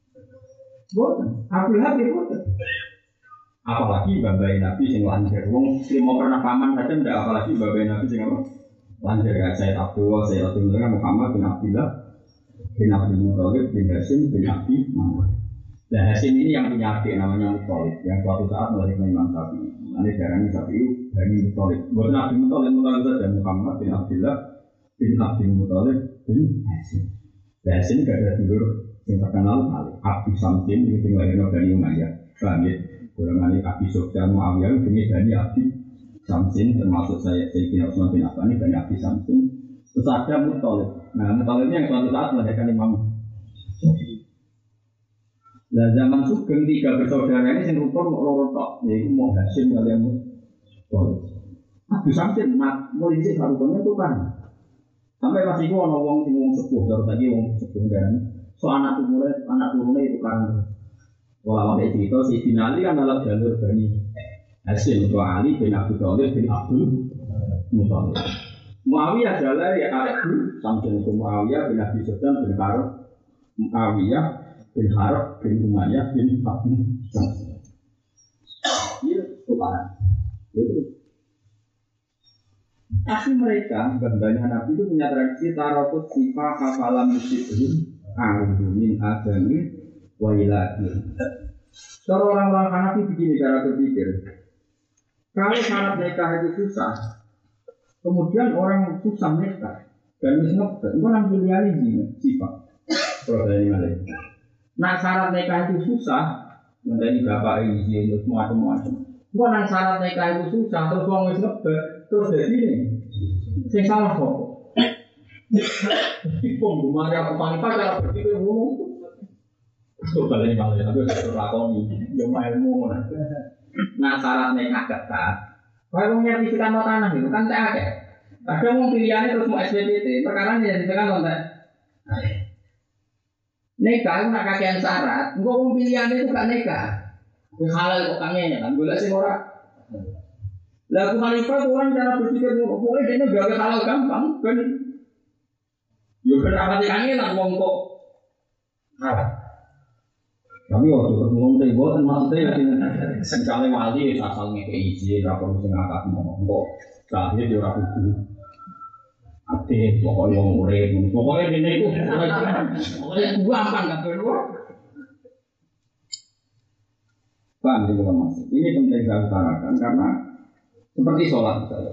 Boten, Abu Lahab boten. Apalagi babai Nabi sing lancar. Wong mau pernah paman saja ndak apalagi babai Nabi sing apa? Lancar ya Sayyid Abdul Muhammad bin Abdullah bin Abdul Muthalib bin Hashim bin Abi Muhammad. Nah Hashim ini yang punya adik namanya Muthalib yang suatu saat melahirkan Imam Syafi'i. Nanti darahnya Syafi'i Bani Muthalib. Bukan Nabi Muthalib saja Muhammad bin Abdullah bin Abdul Muthalib bin Hashim. Hashim gak ada dulur yang terkenal kali. Abdi Samsin ini yang lahirnya Bani Umayyah. Paham ya? Golongan Abi Sufyan Muawiyah ini Bani Abdi Samsin, termasuk Sayyidina Utsman bin Affan ini Bani Abdi Samsin. Terus ada Muthalib. Nah, Muthalib ini yang suatu saat melahirkan Imam. Nah, zaman Sugeng tiga bersaudara ini sing rukun loro tok, yaitu mau Hashim kalian Muthalib. Abdi Samsin mau dhisik rukunnya tuh kan. Sampai pas iku ana wong sing wong sepuh, terus lagi wong sepuh kan. So anak turune itu kan. Wala wae cerita si Binali kan dalam jalur Bani Hashim, itu Ali bin Abi Thalib bin Abdul Muthalib. Muawiyah adalah ya Abu Samsun bin Muawiyah bin Abi Sufyan bin Harb, Muawiyah bin Harb bin Umayyah bin Abi Samsun. Iya, sopan. Betul. Tapi mereka, banyak Nabi itu punya tradisi tarotus sifat hafalam musibun min adami wa ilahin. Cara orang-orang Hanafi begini cara berpikir. Kalau syarat nikah itu susah, kemudian orang susah nikah dan misnobet, itu orang pilihan ini sifat. Problem ini. Nah syarat nikah itu susah, nanti bapak izin terus macam-macam. Itu orang syarat nikah itu susah, terus orang misnobet, terus dari ini. Sing salah kok. Tipung rumah yang bermanfaat cara berpikir dulu. Coba lagi malah tapi harus lakoni, yang ilmu mana. Nah syarat nikah ketat. Kalau menyertifikan tanah itu kan tak ada. Kadang mau pilihannya terus mau SPPT, perkara ini jadi kan lontar. Nikah itu nak kakean syarat, enggak mau pilihannya itu gak nikah. Halal kok kangennya kan, boleh sih orang. Lah Abu Hanifah orang cara berpikir pokoknya dia gawe halal gampang kan. Yo ben rapati kangenan wong kok. Halal. Tapi waktu ketemu boten maksudnya sekali wali asal ngekei izin rapor sing akad ngomong kok lahir yo ora kudu ate pokoke wong urip pokoke dene iku pokoke gampang gak perlu. Paham iki Mas. Ini penting saya utarakan karena seperti sholat misalnya.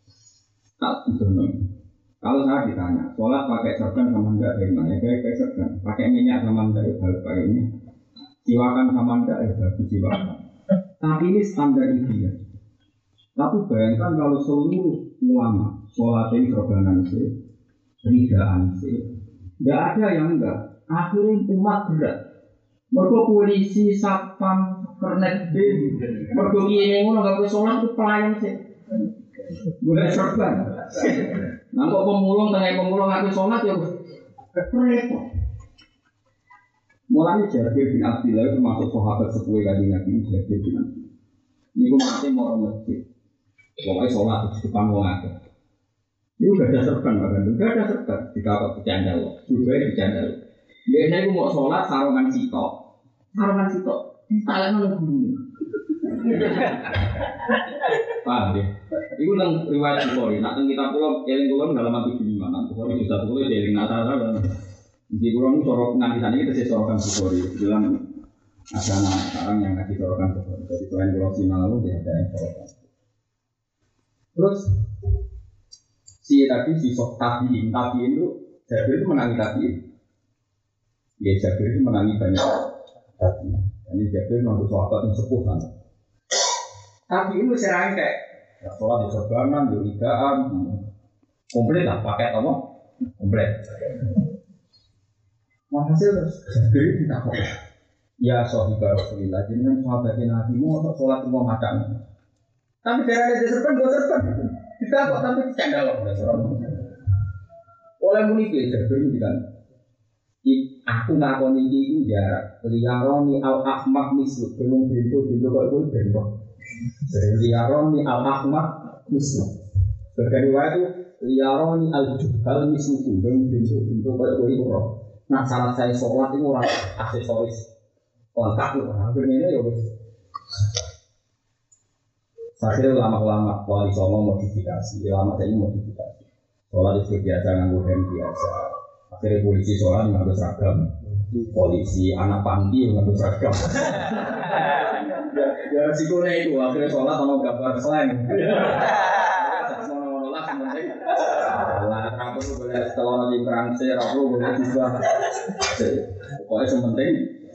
Kalau saya ditanya, sholat pakai serban sama enggak dari mana? Pakai serban. Pakai minyak sama enggak? Harus pakai ini. Siwakan sama enggak? Harus siwakan. Tapi ini standar dia. Tapi bayangkan kalau seluruh ulama sholat ini serbanan sih, ridaan sih, enggak ada yang enggak. Akhirnya umat berat. Mereka polisi, satpam, kernet B, mereka ini ngono enggak boleh sholat itu pelayan sih. Boleh serban. Nah kok pemulung tengah pemulung ngaku sholat ya repot. Mulanya Jabir bin Abdillah termasuk sahabat sepuh Kanjeng Nabi Jabir bin Abdillah. Niku mate mau masjid. Pokoknya sholat di depan wong akeh. Ini udah ada serban bahkan enggak ada serban dikawat dicandal. Juga dicandal. Biasanya aku mau sholat sarungan sitok. Sarungan sitok. Talent nang guru. Paham ya? Iku nang riwayat Bukhari, nak teng kitab kula eling kula halaman 75, nang Bukhari bisa kula eling nata-nata kan. Di kula nu sorok nganti saniki tesih sorokan Bukhari. Bilang ada anak sekarang yang ngaji sorokan Bukhari. Jadi selain kula sinau dia ada yang sorokan. Terus si sok tabiin itu Jabir itu menangi tabiin. Ya Jabir itu menangi banyak tabiin. Ini Jabir untuk sahabat yang sepuh kan. Tapi itu serang kayak ya, sholat di serbanan, di ridaan, komplit lah, pakai apa? Komplit. Hasil terus Jabir kita kok. Ya sahabat Rasulullah, jenengan sahabatnya Nabi mau sholat semua macam. Tapi cara dia serban, gue serban. Kita kok tapi cendal loh. Oleh muni Jabir itu kan. Aku ngakoni iki jarak liyaroni al-ahmaq mislu belum pintu kok itu bendok. Liyaroni al-ahmaq mislu. Sebagai riwayat itu liyaroni al-juhal mislu belum pintu kok itu roh. Nah syarat saya sholat itu orang aksesoris lengkap loh. Akhirnya ya wis. Akhirnya ulama-ulama wali songo modifikasi, ulama saya modifikasi. Sholat itu biasa nganggo hem biasa. Akhirnya polisi sholat mengambil seragam, polisi anak panti mengambil seragam. Ya resikonya itu akhirnya sholat sama gambar slang. Semua lah sebenarnya Lah kenapa lu boleh telur di Prancis, aku boleh juga. Pokoknya sementing.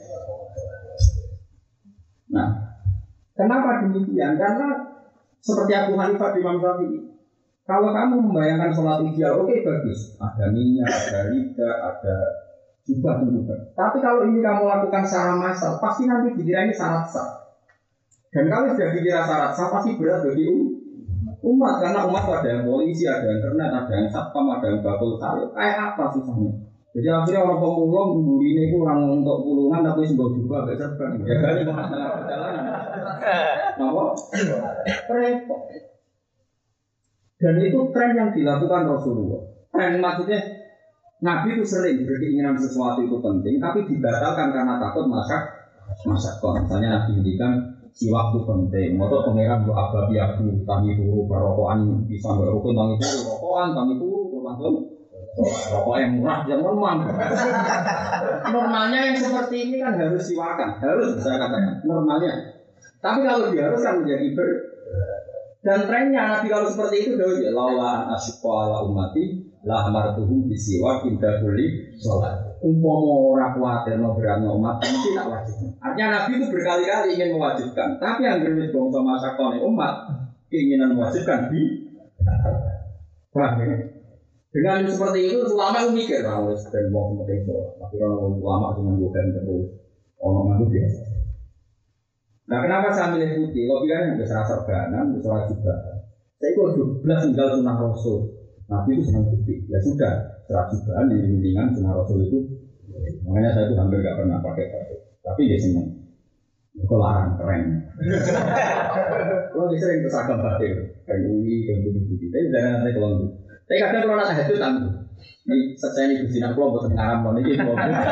Nah, kenapa demikian? Karena seperti Abu Hanifah di Imam Syafi'i. Kalau kamu membayangkan sholat ideal, oke bagus. Ada minyak, ada rida, ada jubah tentukan. Tapi kalau ini kamu lakukan secara massal, pasti nanti dikira ini syarat sah. Dan kalau sudah dikira syarat sah, pasti berat bagi umat. Karena umat ada yang polisi, ada yang internet, ada yang satpam, ada yang bakul sayur. Kayak apa susahnya? Jadi akhirnya orang pemulung membuli ini kurang untuk pulungan tapi sebuah juga agak serban. Ya kali mau tengah perjalanan. Kenapa? Repot. Dan itu tren yang dilakukan Rasulullah. Tren maksudnya Nabi itu sering berkeinginan sesuatu itu penting, tapi dibatalkan karena takut masak. Misalnya Nabi ngendikan si waktu penting. Motor pangeran bu ababi abu kami turu barokokan bisa berukun kami turu rokokan kami turu langsung. Rokok yang murah yang normal. Normalnya yang seperti ini kan harus siwakan, harus saya katakan normalnya. Tapi kalau diharuskan menjadi dan trennya Nabi kalau seperti itu dahulu laula asyqa ala ummati la amartuhum bisiwak inda kulli salat. Umpama ora kuwatir no beratno umat mesti tak wajib. Artinya Nabi itu berkali-kali ingin mewajibkan, tapi yang gelis bangsa masakone umat keinginan mewajibkan di paham ya? Dengan seperti itu, ulama itu mikir, harus dan mau penting sholat. Tapi orang ulama dengan bukan terus, orang itu biasa. Nah, kenapa saya milih putih? Logikanya bisa rasa serbanan, bisa rasa juga. Saya itu 12 tinggal sunnah Rasul. Nabi itu senang putih. Ya sudah, serah juga di bimbingan sunnah Rasul itu. Makanya saya itu hampir nggak pernah pakai baju. Tapi dia senang. Itu larang keren. Kalau sering kesagam batin, kayak UI, kayak putih-putih. Tapi jangan nanti kalau tapi kadang kalau nak tahajud tangguh. Ini selesai ini bersih nak pulau buat ngaram mau ini mau. Tapi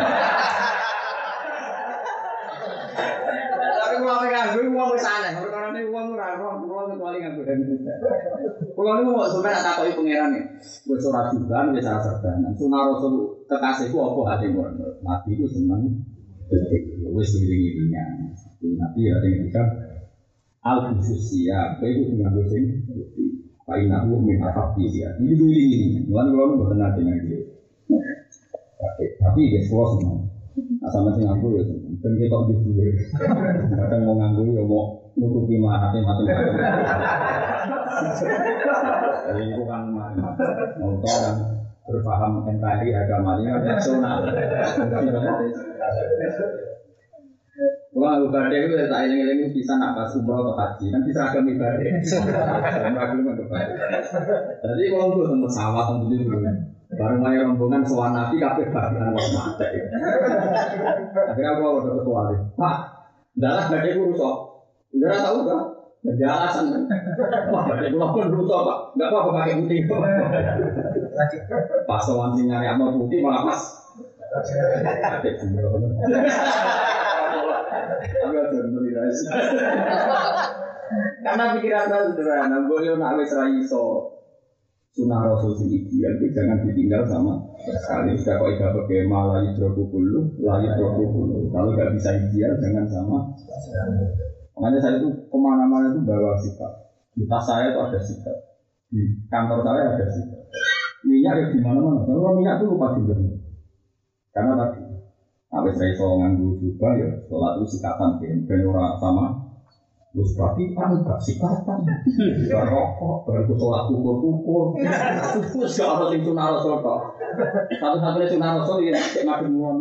kalau mereka nganggur uang besar, kalau ini uang murah, uang kecuali nganggur dan juga. Kalau ini mau sebenarnya tak tahu pangeran nih. Buat surat juga, biasa serbanan. Sunnah Rasul kekasihku apa hati murah. Nabi itu senang. Wes diiring-iringnya. Nabi ada yang bisa al-khususiyah. Itu dengan dosen. Pak Inahu menghafati dia. Ini ini. Mulai kalau nggak kenal dengan dia. Tapi dia semua semua. Sama sih nganggur ya. Dan kita di dua. Kadang mau nganggur ya mau nutupi marahnya macam-macam. Jadi itu kan mau tahu dan berpaham NKRI agamanya nasional. Kalau ibadah itu tak ilang-ilang bisa nafas umroh atau haji kan diseragam ibadah. Jadi kalau itu tentang pesawat tentang itu baru main rombongan soal nabi kafe bagian orang mati. Akhirnya aku udah ketua deh. Pak, darah badai itu rusak. Udah tahu kan? Jadi alasan kan? Wah badai itu pun rusak pak. Gak apa-apa pakai putih. Pas soal si nyari amal putih malah pas. Badai sendiri. Tapi ada menilai. Karena pikiran saya sederhana, boleh nak wes raiso sunnah Rasul sing ideal itu jangan ditinggal sama sekali. Sudah kok tidak pakai malah hidrokupulu, lagi hidrokupulu. Kalau nggak bisa ideal jangan sama. Makanya saya itu kemana-mana itu bawa sikap. Di tas saya itu ada sikap, di kantor saya ada sikap. Minyak ya di mana-mana. Kalau minyak itu lupa juga. Karena tadi. Habis saya so nganggu juga ya, sholat itu sikatan ben ora sama. Terus berarti enggak sikatan. Enggak rokok, baru sholat ukur-ukur. Terus gak ada yang sunah Rasul kok. Satu-satunya sunah Rasul ya cek madem wong.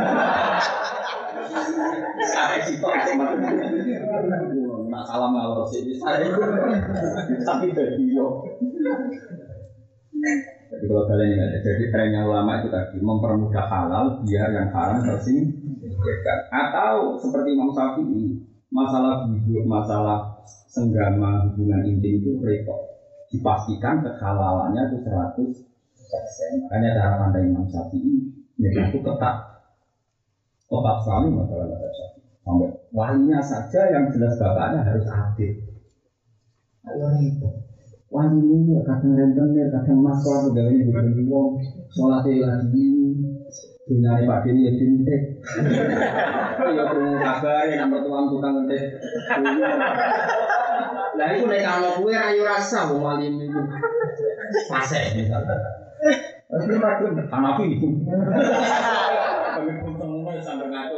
Saya sitok cek madem. Nak salam kalau sih saya. Tapi dari yo. Jadi kalau kalian ingat, jadi trennya ulama itu tadi mempermudah halal biar yang haram tersingkirkan. Atau seperti Imam Syafi'i, masalah hidup, masalah senggama hubungan intim itu repot. Dipastikan kehalalannya itu 100%. Makanya cara pandang Imam Syafi'i itu ketat sekali masalah Syafi'i. Sampai walinya saja yang jelas bapaknya harus adil. Ayo repot. Wah ini kadang rentenir, kadang masalah pegawai ini wong sholatnya lagi dunia ini pagi ini ya dintek ya perlu kabar yang mertuang tukang ngetek nah itu naik kalau gue rayu rasa wong alim itu Fase misalnya. Tapi ragu Hanafi itu. Kami pun semua sampai ngaco.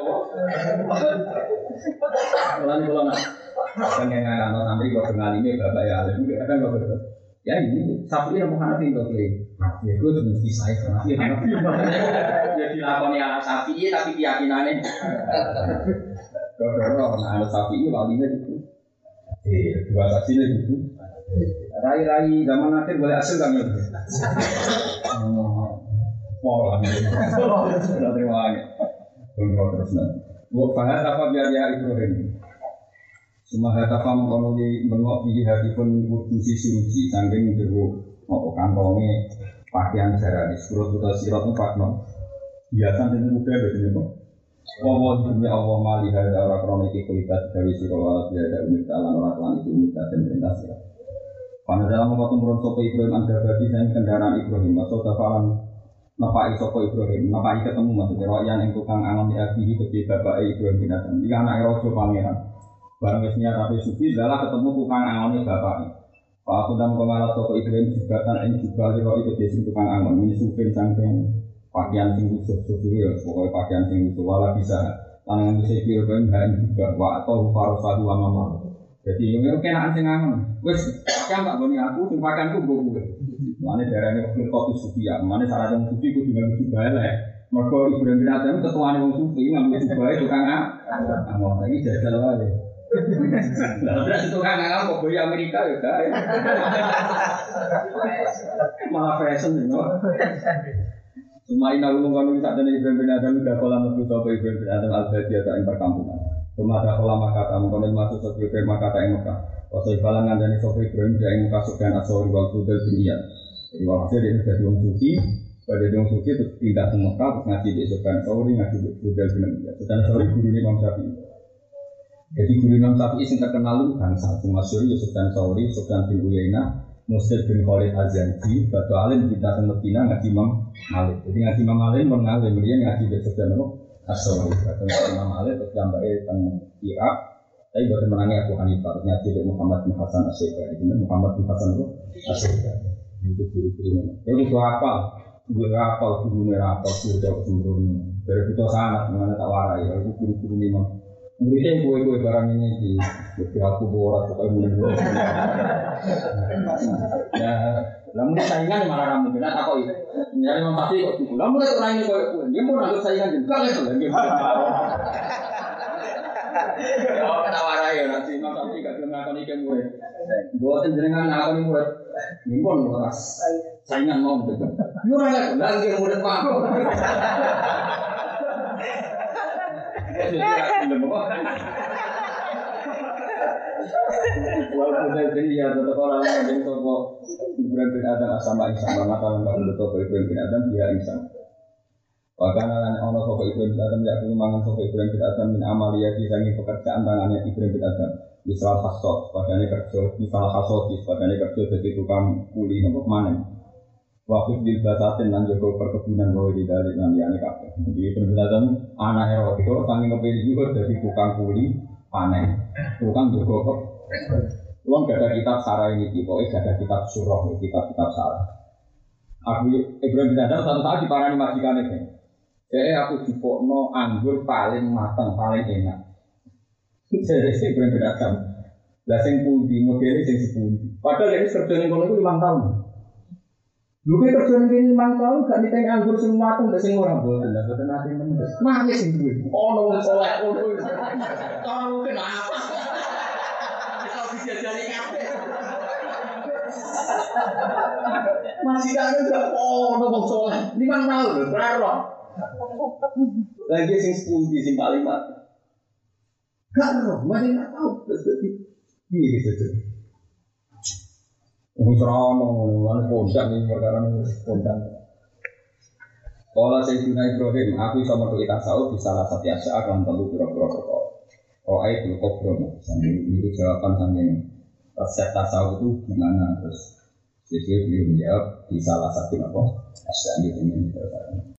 Kalau nak pengen ngaco santri kau dengar ini bapak ya, lebih kadang kau betul. Ya ini sapi yang bukan Hanafi kau pilih. Ya gue tuh mesti saya Hanafi. Ya dilakoni anak sapi tapi keyakinannya. Kau dorong anak sapi walinya itu. Dua saksinya itu. Rai-rai zaman akhir boleh asal kami. Pola ni. Terima kasih. Terima kasih. Buat faham apa biar dia Ibrahim. Semua hata faham kalau di bengok di hati pun fungsi suci sangking jeruk mau kantongnya pakaian jarang di surat atau sirat empat no. Biasa itu mudah betul betul. Allah demi Allah melihat orang kronik kualitas dari sirowal biada unik dalam orang lain itu unik dan perintah sirat. Pada dalam waktu turun sopo Ibrahim anda berarti saya kendaraan Ibrahim masuk dafalan napai sopo Ibrahim napai ketemu maksudnya royan yang tukang angon di akhiri ketika bapak Ibrahim bin Adam jika anak rojo pangeran barang esnya tapi sufi adalah ketemu tukang angon bapak Pak aku dan mengalah sopo Ibrahim juga kan yang juga liro itu desin tukang angon ini sufin samping pakaian sing khusus ya pokoknya pakaian sing khusus wala bisa tangan bisa Ibrahim juga wa atau farosahu wa mama. Jadi yang kenaan sing angon, wes kan tak goni aku, sing pakanku gue. Mana darahnya kopi sufi ya, mana salah yang sufi gue tinggal sufi lah. Mereka Ibrahim bin Adam ketuaan yang sufi ngambil sufi itu kan angon lagi jajal lah. Lalu itu tukang angon kok boy Amerika ya kan? Malah fashion you. Cuma ina ulung saat ini Ibrahim bin Adam udah kolam lebih coba Ibrahim bin Adam al-Badiyah tak perkampungan. Rumah dah lama kata mengkonon masuk sopir Ibrahim kata yang Mekah. Wasoi balangan dari sopir Ibrahim dari Mekah sukan asal wal fudel dunia. Jadi walhasil dia sudah diung suci, pada diung suci itu pindah ke Mekah terus ngaji di sukan Sauri ngaji di fudel dunia. Sukan Sauri guru Imam Syafi'i. Jadi guru Imam Syafi'i yang terkenal itu bangsa. Cuma Sauri Sukan Sauri, Sukan bin Uyainah, Muslim bin Khalid Az-Zanji, Batu Alim pindah ke Medina ngaji Imam Malik. Jadi ngaji Imam Malik mengalim dia ngaji di Sukan Asal atau Imam Malik atau gambarnya tentang Irak, tapi bukan menangi Abu Hanifah, ngaji dari Muhammad bin Hasan Asy'ari. Ini Muhammad bin Hasan itu Asy'ari. Itu guru-gurunya. Itu hafal, gurunya hafal sudah sembrono. Dari itu sangat mengenai tak warai. Itu guru-guru Imam. Muridnya gue barang ini di aku borat atau mulai. Ya, namun saingan malah ramu benar apa itu? Nyari mempati kok itu. Namun itu lainnya kau dia pun ada saingan juga itu lagi. Oh, tawarai ya nanti mempati gak belum ngakoni ke gue. Buatin jenengan ngakoni gue. Ini pun ras saingan mau betul. Yura lagi murid mampu. Walaupun dari dia tetap orang yang toko Ibrahim bin Adam sama Isa mengatakan kalau toko Ibrahim bin Adam dia Isa. Bahkan orang toko Ibrahim bin Adam ya mangan toko Ibrahim bin Adam min amalia disangi pekerjaan tangannya Ibrahim bin Adam. Misal hasot, padanya kerja, misal hasotis, padanya kerja jadi tukang kuli nopo manen. Waktu di basatin dan juga perkebunan bahwa di dari nantiane kafe. Jadi perbedaan anak hero itu saking kepilih juga dari tukang kuli panen, tukang juga kok. Uang gak ada kitab sarah ini, pokoknya gak ada kitab surah, kitab sarah. Aku Ibrahim bin Adam satu saat diparani majikan itu. Jadi aku dipokno anggur paling matang, paling enak. Jadi Ibrahim bin Adam, lah sing pundi modelnya sing sepundi. Padahal ini kerjanya kono itu 5 tahun. Lu kayak kerjaan ini 5 tahun gak ditanya anggur semua tuh gak sing orang boten lah boten ate mendes. Nangis sing duwe. Ono wong soleh ono. Tahu kenapa? Kita bisa jadi kabeh. Masih gak ono wong soleh. 5 tahun lho, berapa? Lagi sing sepundi sing paling mati. Gak ero, masih gak tahu. Iya gitu. Usrono, pondang ini perkara ini pondang. Kalau Sayyidina Ibrahim, aku bisa menulis tasawuf di salah satu asya akan tentu pura-pura pokok. Oh, itu kobro, sambil itu jawaban sambil resep tasawuf itu gimana terus. Jadi beliau menjawab di salah satu apa asya ini.